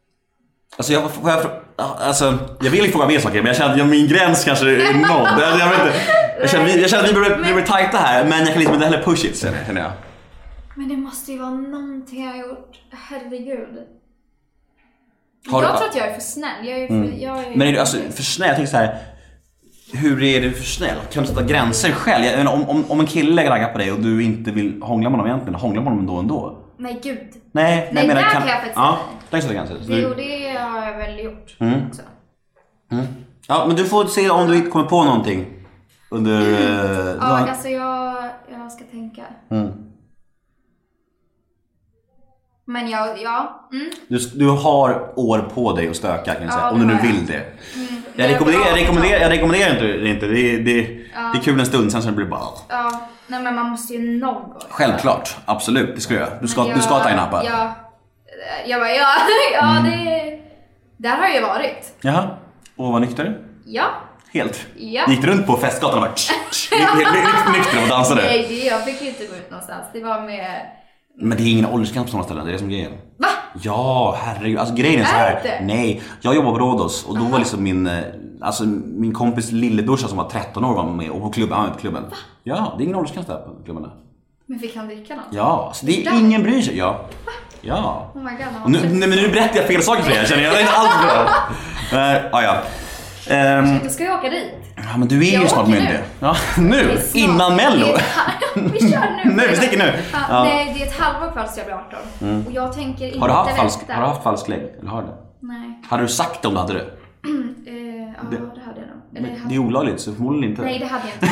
Alltså jag vill inte fråga mer saker, men jag känner att min gräns kanske är nådd. Jag vet inte. Jag känner att vi blir tajta här, men jag kan liksom inte heller push it, känner jag. Men det måste ju vara någonting jag har gjort. Herregud. Jag tror att jag är för snäll. Men är du alltså för snäll? Jag tänker så här. Hur är du för snäll? Kan du sätta gränser själv? Om en kille lägger raggar på dig och du inte vill hångla med honom egentligen, hångla med honom ändå? Nej, gud. Nej, där kan jag faktiskt ja, där sätta gränser. Det har jag väl gjort också. Ja, men du får se om du inte kommer på någonting under... Ja, alltså jag ska tänka. Men Du har år på dig att stöka, kan jag säga, om du nu vill det. Jag rekommenderar inte. Det är kul en stund, sen så blir det bara... Ja, nej men man måste ju någon gång. Självklart, absolut, det ska jag. Du ska ta Ainapa. Ja, det... Där har jag varit. Jaha, och var nykter? Ja. Helt. Ja. Gick runt på festgatan och bara nykter och dansade. Nej, jag fick inte gå ut någonstans. Det var med... Men det är ingen åldersgräns på sådana ställen, det är det som grejen. Va? Ja, herregud. Alltså grejen är så här. Det? Nej, jag jobbar på Rhodos och då var liksom min kompis lillebrorsa som var 13 år var med och på klubben. Va? Ja, det är ingen åldersgräns där på klubbarna. Men fick han dricka något? Ja, så det är ingen bryr sig. Ja. Ja. Oh my God, men nu berättar jag fel saker för er, känner jag. Det är inte alls bra. Då ska jag åka dit. Ja, men du är ju snart myndig. Ja, nu? Innan Mello? Vi kör nu. Vi sticker nu. Ja. Nej, det är ett halvår kvar så jag blir 18. Och jag tänker inte Har du haft falsk lägg? Eller har du det? Nej. Hade du sagt det om du hade det? Ja, det hade jag nog. Det är olagligt, så förmodligen inte. Nej, det hade jag inte.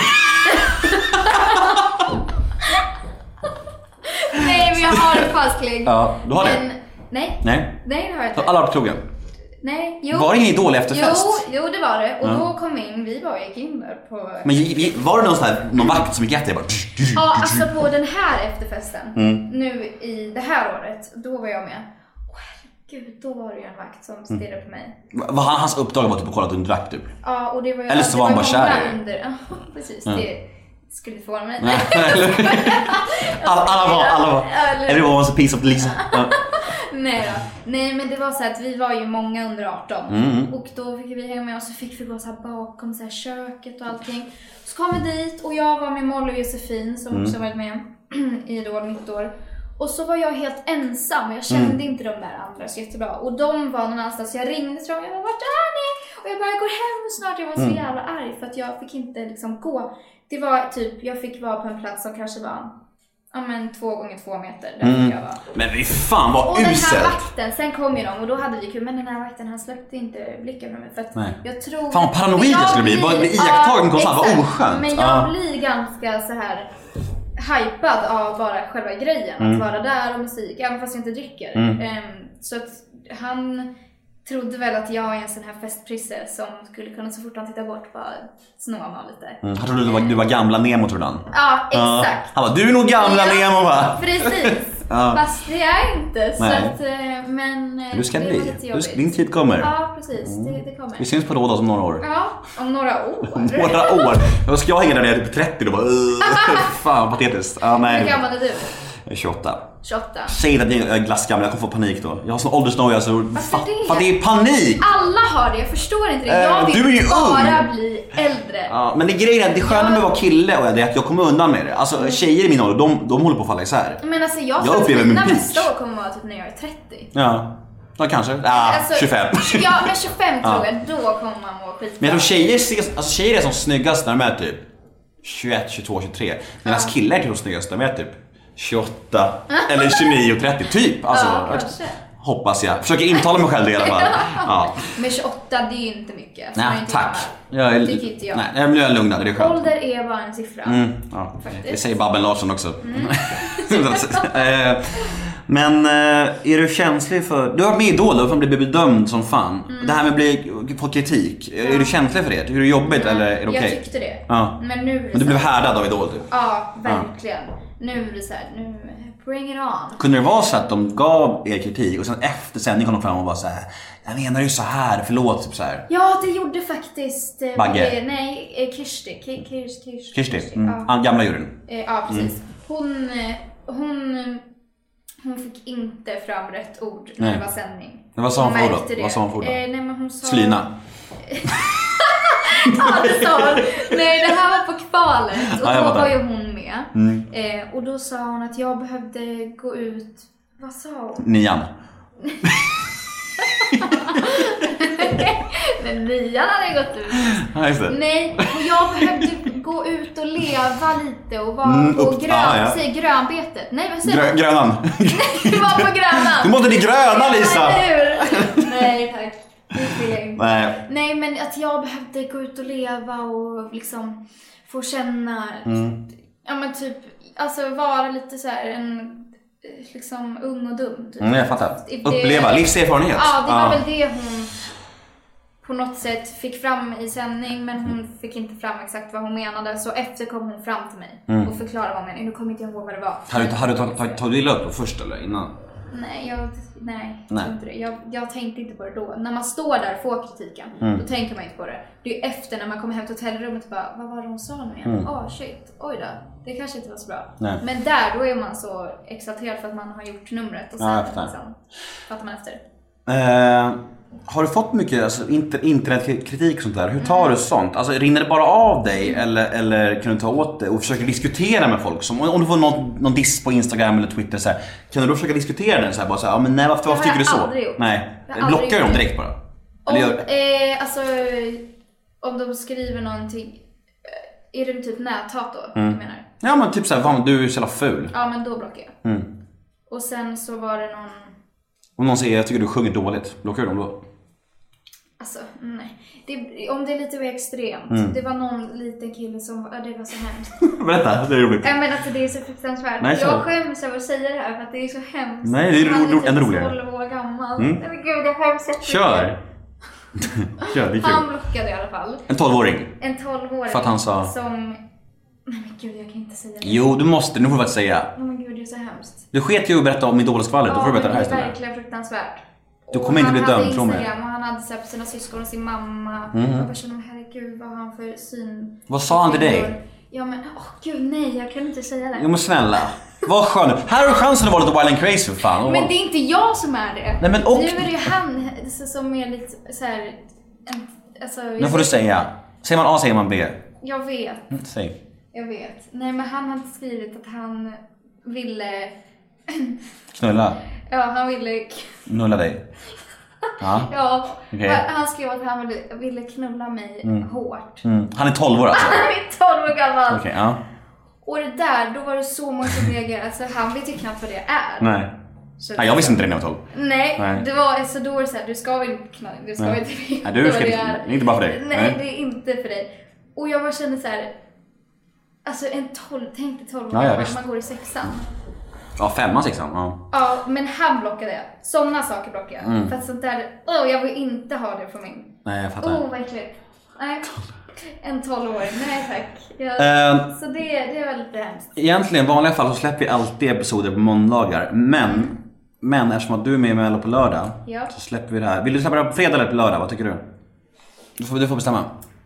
Nej, men jag har en falsk lägg. Ja, du har det? Nej, det har jag inte. Alla har på krogen? Nej, jo. Var det ingen idol efterfest? Jo, det var det. Och då kom vi gick in där på... Men var det någon vakt som gick efter? Ja, alltså på den här efterfesten. Nu i det här året, då var jag med. Gud, då var det ju en vakt som stirrade på mig. Hans uppdrag var typ att kolla att du drack typ? Ja, och det var ju... Eller så var han bara kär i dig. Ja, precis. Det skulle förvåna mig. Alla var... Everyone was a piece of Lisa. Nej, men det var så att vi var ju många under 18. Och då fick vi hänga med och så fick vi gå så här bakom så här köket och allting. Så kom vi dit och jag var med Molly och Josefin som också varit med i mitt år. Och så var jag helt ensam. Jag kände inte de där andra så jättebra. Och de var någon annanstans. Så jag ringde till dem. Jag bara, vart är ni? Och jag bara, jag går hem snart. Jag var så jävla arg för att jag fick inte liksom gå. Det var typ, jag fick vara på en plats som kanske var 2x2 meter. Där fick jag vara. Men fy fan vad uselt. Och uselt. den här vakten, sen kom ju de och då hade vi kul. Men den här vakten, han släppte inte blicken från mig. För att jag tror... Fan vad paranoid jag skulle bli. Bara bli iakttagen konstant, vad oskönt. Men jag blir ganska så här... hypad av bara själva grejen att vara där och musik, även fast jag inte dricker. Så att han trodde väl att jag är en sån här festprisse som skulle kunna så fort han tittar bort bara snå mig lite. Han trodde du var gamla Nemo, trodde han. Ja, exakt. Han bara, du är nog gamla Nemo va? Precis. Fast det är inte. Så att, men du ska bli. Din tid kommer. Ja, precis. Det kommer. Vi syns på Rhodos om några år. Ja, om några år. Några år. Då ska jag hänga där när jag är typ 30 och bara fan, patetiskt. Nej. Hur gammal är du? Jag är 28. 28. Säg att jag är glassgammal, jag kommer få panik då. Jag har sån åldersnoja så... Varför det är panik! Alla har det, jag förstår inte det. Jag vill ju bara bli äldre. Ja, men det grejen är, det sköna med att vara kille och det är att jag kommer undan med det. Alltså tjejer i min ålder, de håller på att falla isär. Men alltså jag tror att mina bästa år kommer vara typ när jag är 30. Ja kanske. Alltså, 25. Ja, men 25 tror jag, då kommer man må skitbra. Men jag tror tjejer är som snyggast när de är typ 21, 22, 23. Medan killar är typ snyggast när de är typ 28 eller 29 och 30 typ. Alltså, hoppas jag. Försöker intala mig själv det i alla fall. Ja. Men 28, det är ju inte mycket. Nej, tack. Tycker inte jag. Nej, jag blir lugnad, det är skönt. Ålder är bara en siffra. Det säger Babben Larsson också. Men är du känslig för... Du har varit med i Idol och blivit bedömd som fan. Det här med att få kritik. Är du känslig för det? Är det jobbigt eller är det okej? Jag tyckte det. Ja. Men nu du blev härdad av Idol typ? Ja, verkligen. Nu är det så här, nu bring it on. Kunde det vara så att de gav er kritik och sen efter sändning kom de fram och var så här: jag menar ju så här, förlåt typ så här. Ja, det gjorde faktiskt Bagge. Nej, Kirsti. Gamla juryn. Ja, precis. Hon fick inte fram rätt ord när det var sändning. Men vad sa hon för ord då? Vad sa hon för ord då? Nej, men hon sa... Slyna. Ja, det sa hon. Nej, det här var på kvalet. Och då var ju hon med. Och då sa hon att jag behövde gå ut... Vad sa hon? 9. Men 9 hade gått ut. Ja, just det. Nej, och jag behövde gå ut och leva lite och vara på grönbetet. Nej, vad säger du? Grönan. Du var på Grönan. Du måste till Grönan, Lisa. Nej, tack. Nej, men att jag behövde gå ut och leva och liksom få känna ja men typ, alltså vara lite så här en liksom ung och dum typ. Jag fattar. Uppleva, livserfarenhet. Ja, det var väl det hon på något sätt fick fram i sändning, men hon fick inte fram exakt vad hon menade. Så efter kom hon fram till mig och förklarade vad hon menade. Nu kommer inte jag ihåg vad det var. Har du tagit illa upp då först eller innan? Nej, jag inte det. Jag tänkte inte på det då. När man står där och får kritiken, då tänker man inte på det. Det är ju efter när man kommer hem till hotellrummet och bara, vad var det hon sa nu igen? Shit, oj då. Det kanske inte var så bra. Nej. Men där, då är man så exalterad för att man har gjort numret. Och sen liksom, fattar man efter. Har du fått mycket internetkritik och sånt där? Hur tar du sånt? Alltså rinner det bara av dig eller kan du ta åt det och försöka diskutera med folk? Som, om du får någon diss på Instagram eller Twitter så här, kan du då försöka diskutera den så här, bara så här, men nej, varför tycker du så? Nej, blockar du dem direkt bara? Alltså om de skriver någonting, är det typ näthat då du menar? Ja, men typ så här, du är så jävla ful. Ja, men då blockar jag. Och sen så var det någon... Om någon säger jag tycker du sjunger dåligt, blockar du dem då? Alltså, nej. Om det är lite mer extremt. Det var någon liten kille som... det var så hemskt. Berätta, det är roligt. Ja, men alltså det är så fruktansvärt. Nej, jag skäms över att säga det här för att det är så hemskt. Nej, det är ännu roligare. Han är typ 12 år gammal. Nej, men gud, det är hemskt. Kör! Kör, det är kul. Han blockade i alla fall. En 12-åring? En 12-åring. För att han sa... Som... Nej men gud, jag kan inte säga det. Jo, du måste, nu får du bara säga. Men gud, det är så hemskt. Du sket ju att berätta om idolskvallret, då får du berätta det här istället. Det är verkligen fruktansvärt. Du kommer inte bli dömd, tror mig. Och han hade sett sina syskon och sin mamma. Jag bara kände, herregud, vad har han för syn? Vad sa han till dig? Ja men, gud nej, jag kan inte säga det. Jo men snälla, vad skön. Här har du chansen att vara lite wild and crazy för fan. Men det är inte jag som är det. Nej, men nu är det ju han som är lite så här. Alltså, nu får du säga. Säger man A, säger man B. Jag vet. Säg. Jag vet. Nej, men han hade skrivit att han ville... Knulla? Ja, han ville... Knulla dig? Ja. Ja, okay. Han skrev att han ville knulla mig hårt. Han är 12 år alltså? Han är 12 år gammal. Okay, ja. Och det där, då var det så många som reagerade. Alltså han vet ju knappt vad det är. Nej. Nej, jag visste inte det när jag var 12. Nej. Det var alltså då var det så här, du ska väl inte knulla, du ska inte... Nej, du ska inte, inte bara för dig. Nej, det är inte för dig. Och jag bara kände så här. Alltså tänk dig 12 år gammal, man går i 6:an. Ja, 5:an, 6:an, ja. Ja, men han blockade jag. Sådana saker blockade jag. För att sånt där, jag vill inte ha det från min. Nej, jag fattar. Vad äckligt. Nej, en 12-åring, nej tack. Så det är väldigt hemskt. Egentligen i vanliga fall så släpper vi alltid episoder på måndagar. Men eftersom att du är med i Mello på lördag, så släpper vi det här. Vill du släppa det på fredag eller på lördag, vad tycker du? Du får bestämma.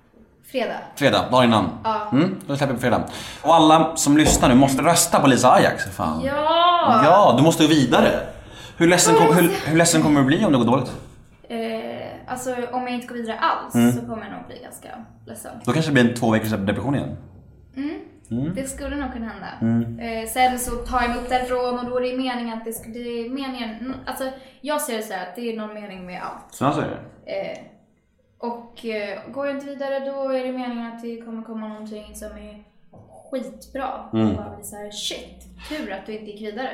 Fredag, dagen innan. Ja. Då släpper vi på fredag. Och alla som lyssnar nu måste rösta på Lisa Ajax, fan. Ja, du måste gå vidare. Hur ledsen kommer du bli om det går dåligt? Alltså om jag inte går vidare alls så kommer jag nog bli ganska ledsen. Då kanske det blir en 2 veckors depression igen. Det skulle nog kunna hända. Sen så tar jag mig upp därifrån och då är det meningen att det är meningen. Alltså jag ser det så här att det är någon mening med allt. Så säger det. Och går jag inte vidare då är det meningen att det kommer komma någonting som är skitbra. Och bara bli så här, shit, tur att du inte gick vidare.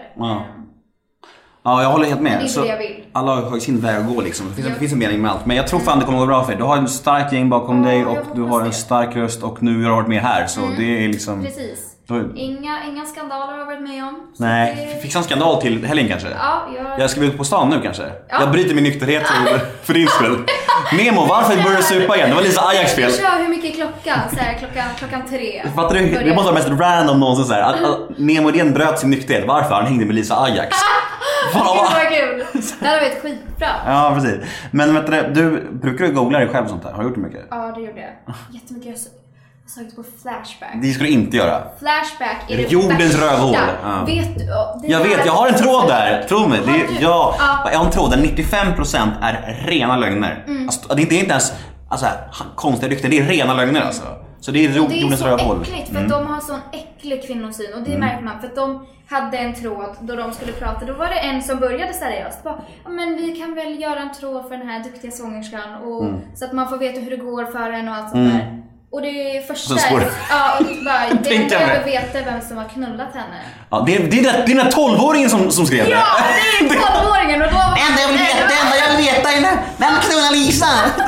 Ja, jag håller helt med. Det är det jag vill. Alla har ju sin väg att gå liksom. Det finns en mening med allt. Men jag tror fan det kommer gå bra för dig. Du har en stark gäng bakom dig och du har en stark röst och nu har du varit med här. Så det är liksom... Precis. Inga skandaler har jag varit med om. Nej, fixa en skandal till helgen kanske? Ja, jag ska ut på stan nu kanske. Jag bryter min nykterhet för din skull. Nemo, varför började du supa igen? Det var Lisa Ajax fel. Jag kör hur mycket klockan? Så här, klockan 3. Fattar du? Det måste vara mest random någonsin så här. Nemo igen bröt sin nykterhet. Varför? Han hängde med Lisa Ajax. Gud vad kul. Det hade varit skitbra. Ja, precis. Men vet du, brukar du googla dig själv och sånt där? Har du gjort det mycket? Ja, det gjorde jag. Jättemycket. Jag sökte på Flashback. Det ska du inte göra. Flashback är det jordens rövhål. Ja. Vet du? Jag vet, jag har en tråd där. Tro mig. Jag har en tråd där 95% är rena lögner. Alltså, det är inte ens konstiga rykten, det är rena lögner alltså. Så det är jordens rövhål. Det är så äckligt för att de har sån äcklig kvinnosyn. Och det märker man för att de hade en tråd då de skulle prata. Då var det en som började seriöst. Men vi kan väl göra en tråd för den här duktiga sångerskan. Och, så att man får veta hur det går för en och allt sånt där. Och det är första... det är inte jag veta vem som har knullat henne. Ja, det är den här 12-åringen som skrev det. Ja, det är 12-åringen. Och då enda jag vill veta är vem knullar Lisa?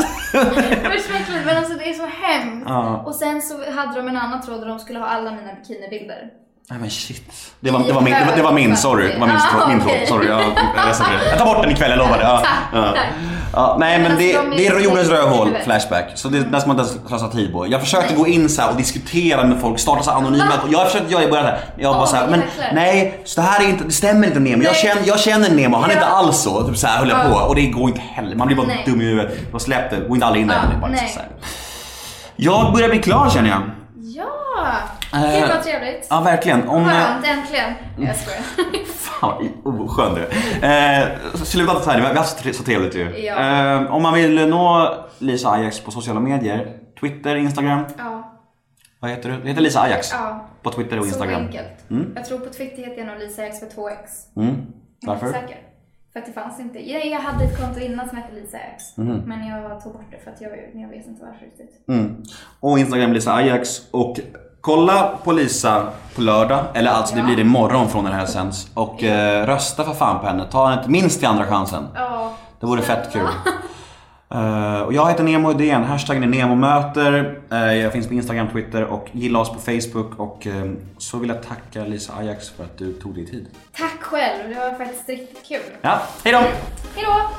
Men alltså det är så hemskt. Och sen så hade de en annan tråd där de skulle ha alla mina bikinibilder. Nej men shit. Det var min, sorry. Det var min tråd. Sorry, jag tar bort den ikväll, jag lovar det. Ja, nej men det är jordens rövhål flashback. Så det ska man inte slösa tid på. Jag försökte gå in så här och diskutera med folk, starta så anonyma. Jag försökte göra i början här. Jag bara så här, men nej, så det här är inte, det stämmer inte Nemo. Jag känner Nemo, han är inte alls så. Typ så här höll jag på och det går inte heller. Man blir bara dum i huvudet. Jag släppte, går inte alla in där. Bara så här. Jag börjar bli klar känner jag. Ja, det var trevligt. Ja, verkligen. Skönt, äntligen. Jag skojar. Fan, skönt det. Sluta inte så här, vi har haft så trevligt ju. Ja. Om man vill nå Lisa Ajax på sociala medier, Twitter, Instagram. Ja. Vad heter du? Det heter Lisa Ajax. Ja. På Twitter och Instagram. Så enkelt. Jag tror på Twitter heter jag nog Lisa Ajax med 2x. Varför? Jag är säker. För att det fanns inte. Jag hade ett konto innan som hette Lisa Ajax. Men jag tog bort det för att jag vet inte varför riktigt. Och Instagram Lisa Ajax. Och kolla på Lisa på lördag. Eller alltså det blir det imorgon från den här sens. Och rösta för fan på henne. Ta henne minst till andra chansen. Ja. Det vore fett kul. Och jag heter Nemo Idén. Hashtaggen är NEMOMÖTER. Jag finns på Instagram, Twitter och gilla oss på Facebook. Och så vill jag tacka Lisa Ajax för att du tog dig tid. Tack själv, det var faktiskt riktigt kul. Ja, hej då! Hej då!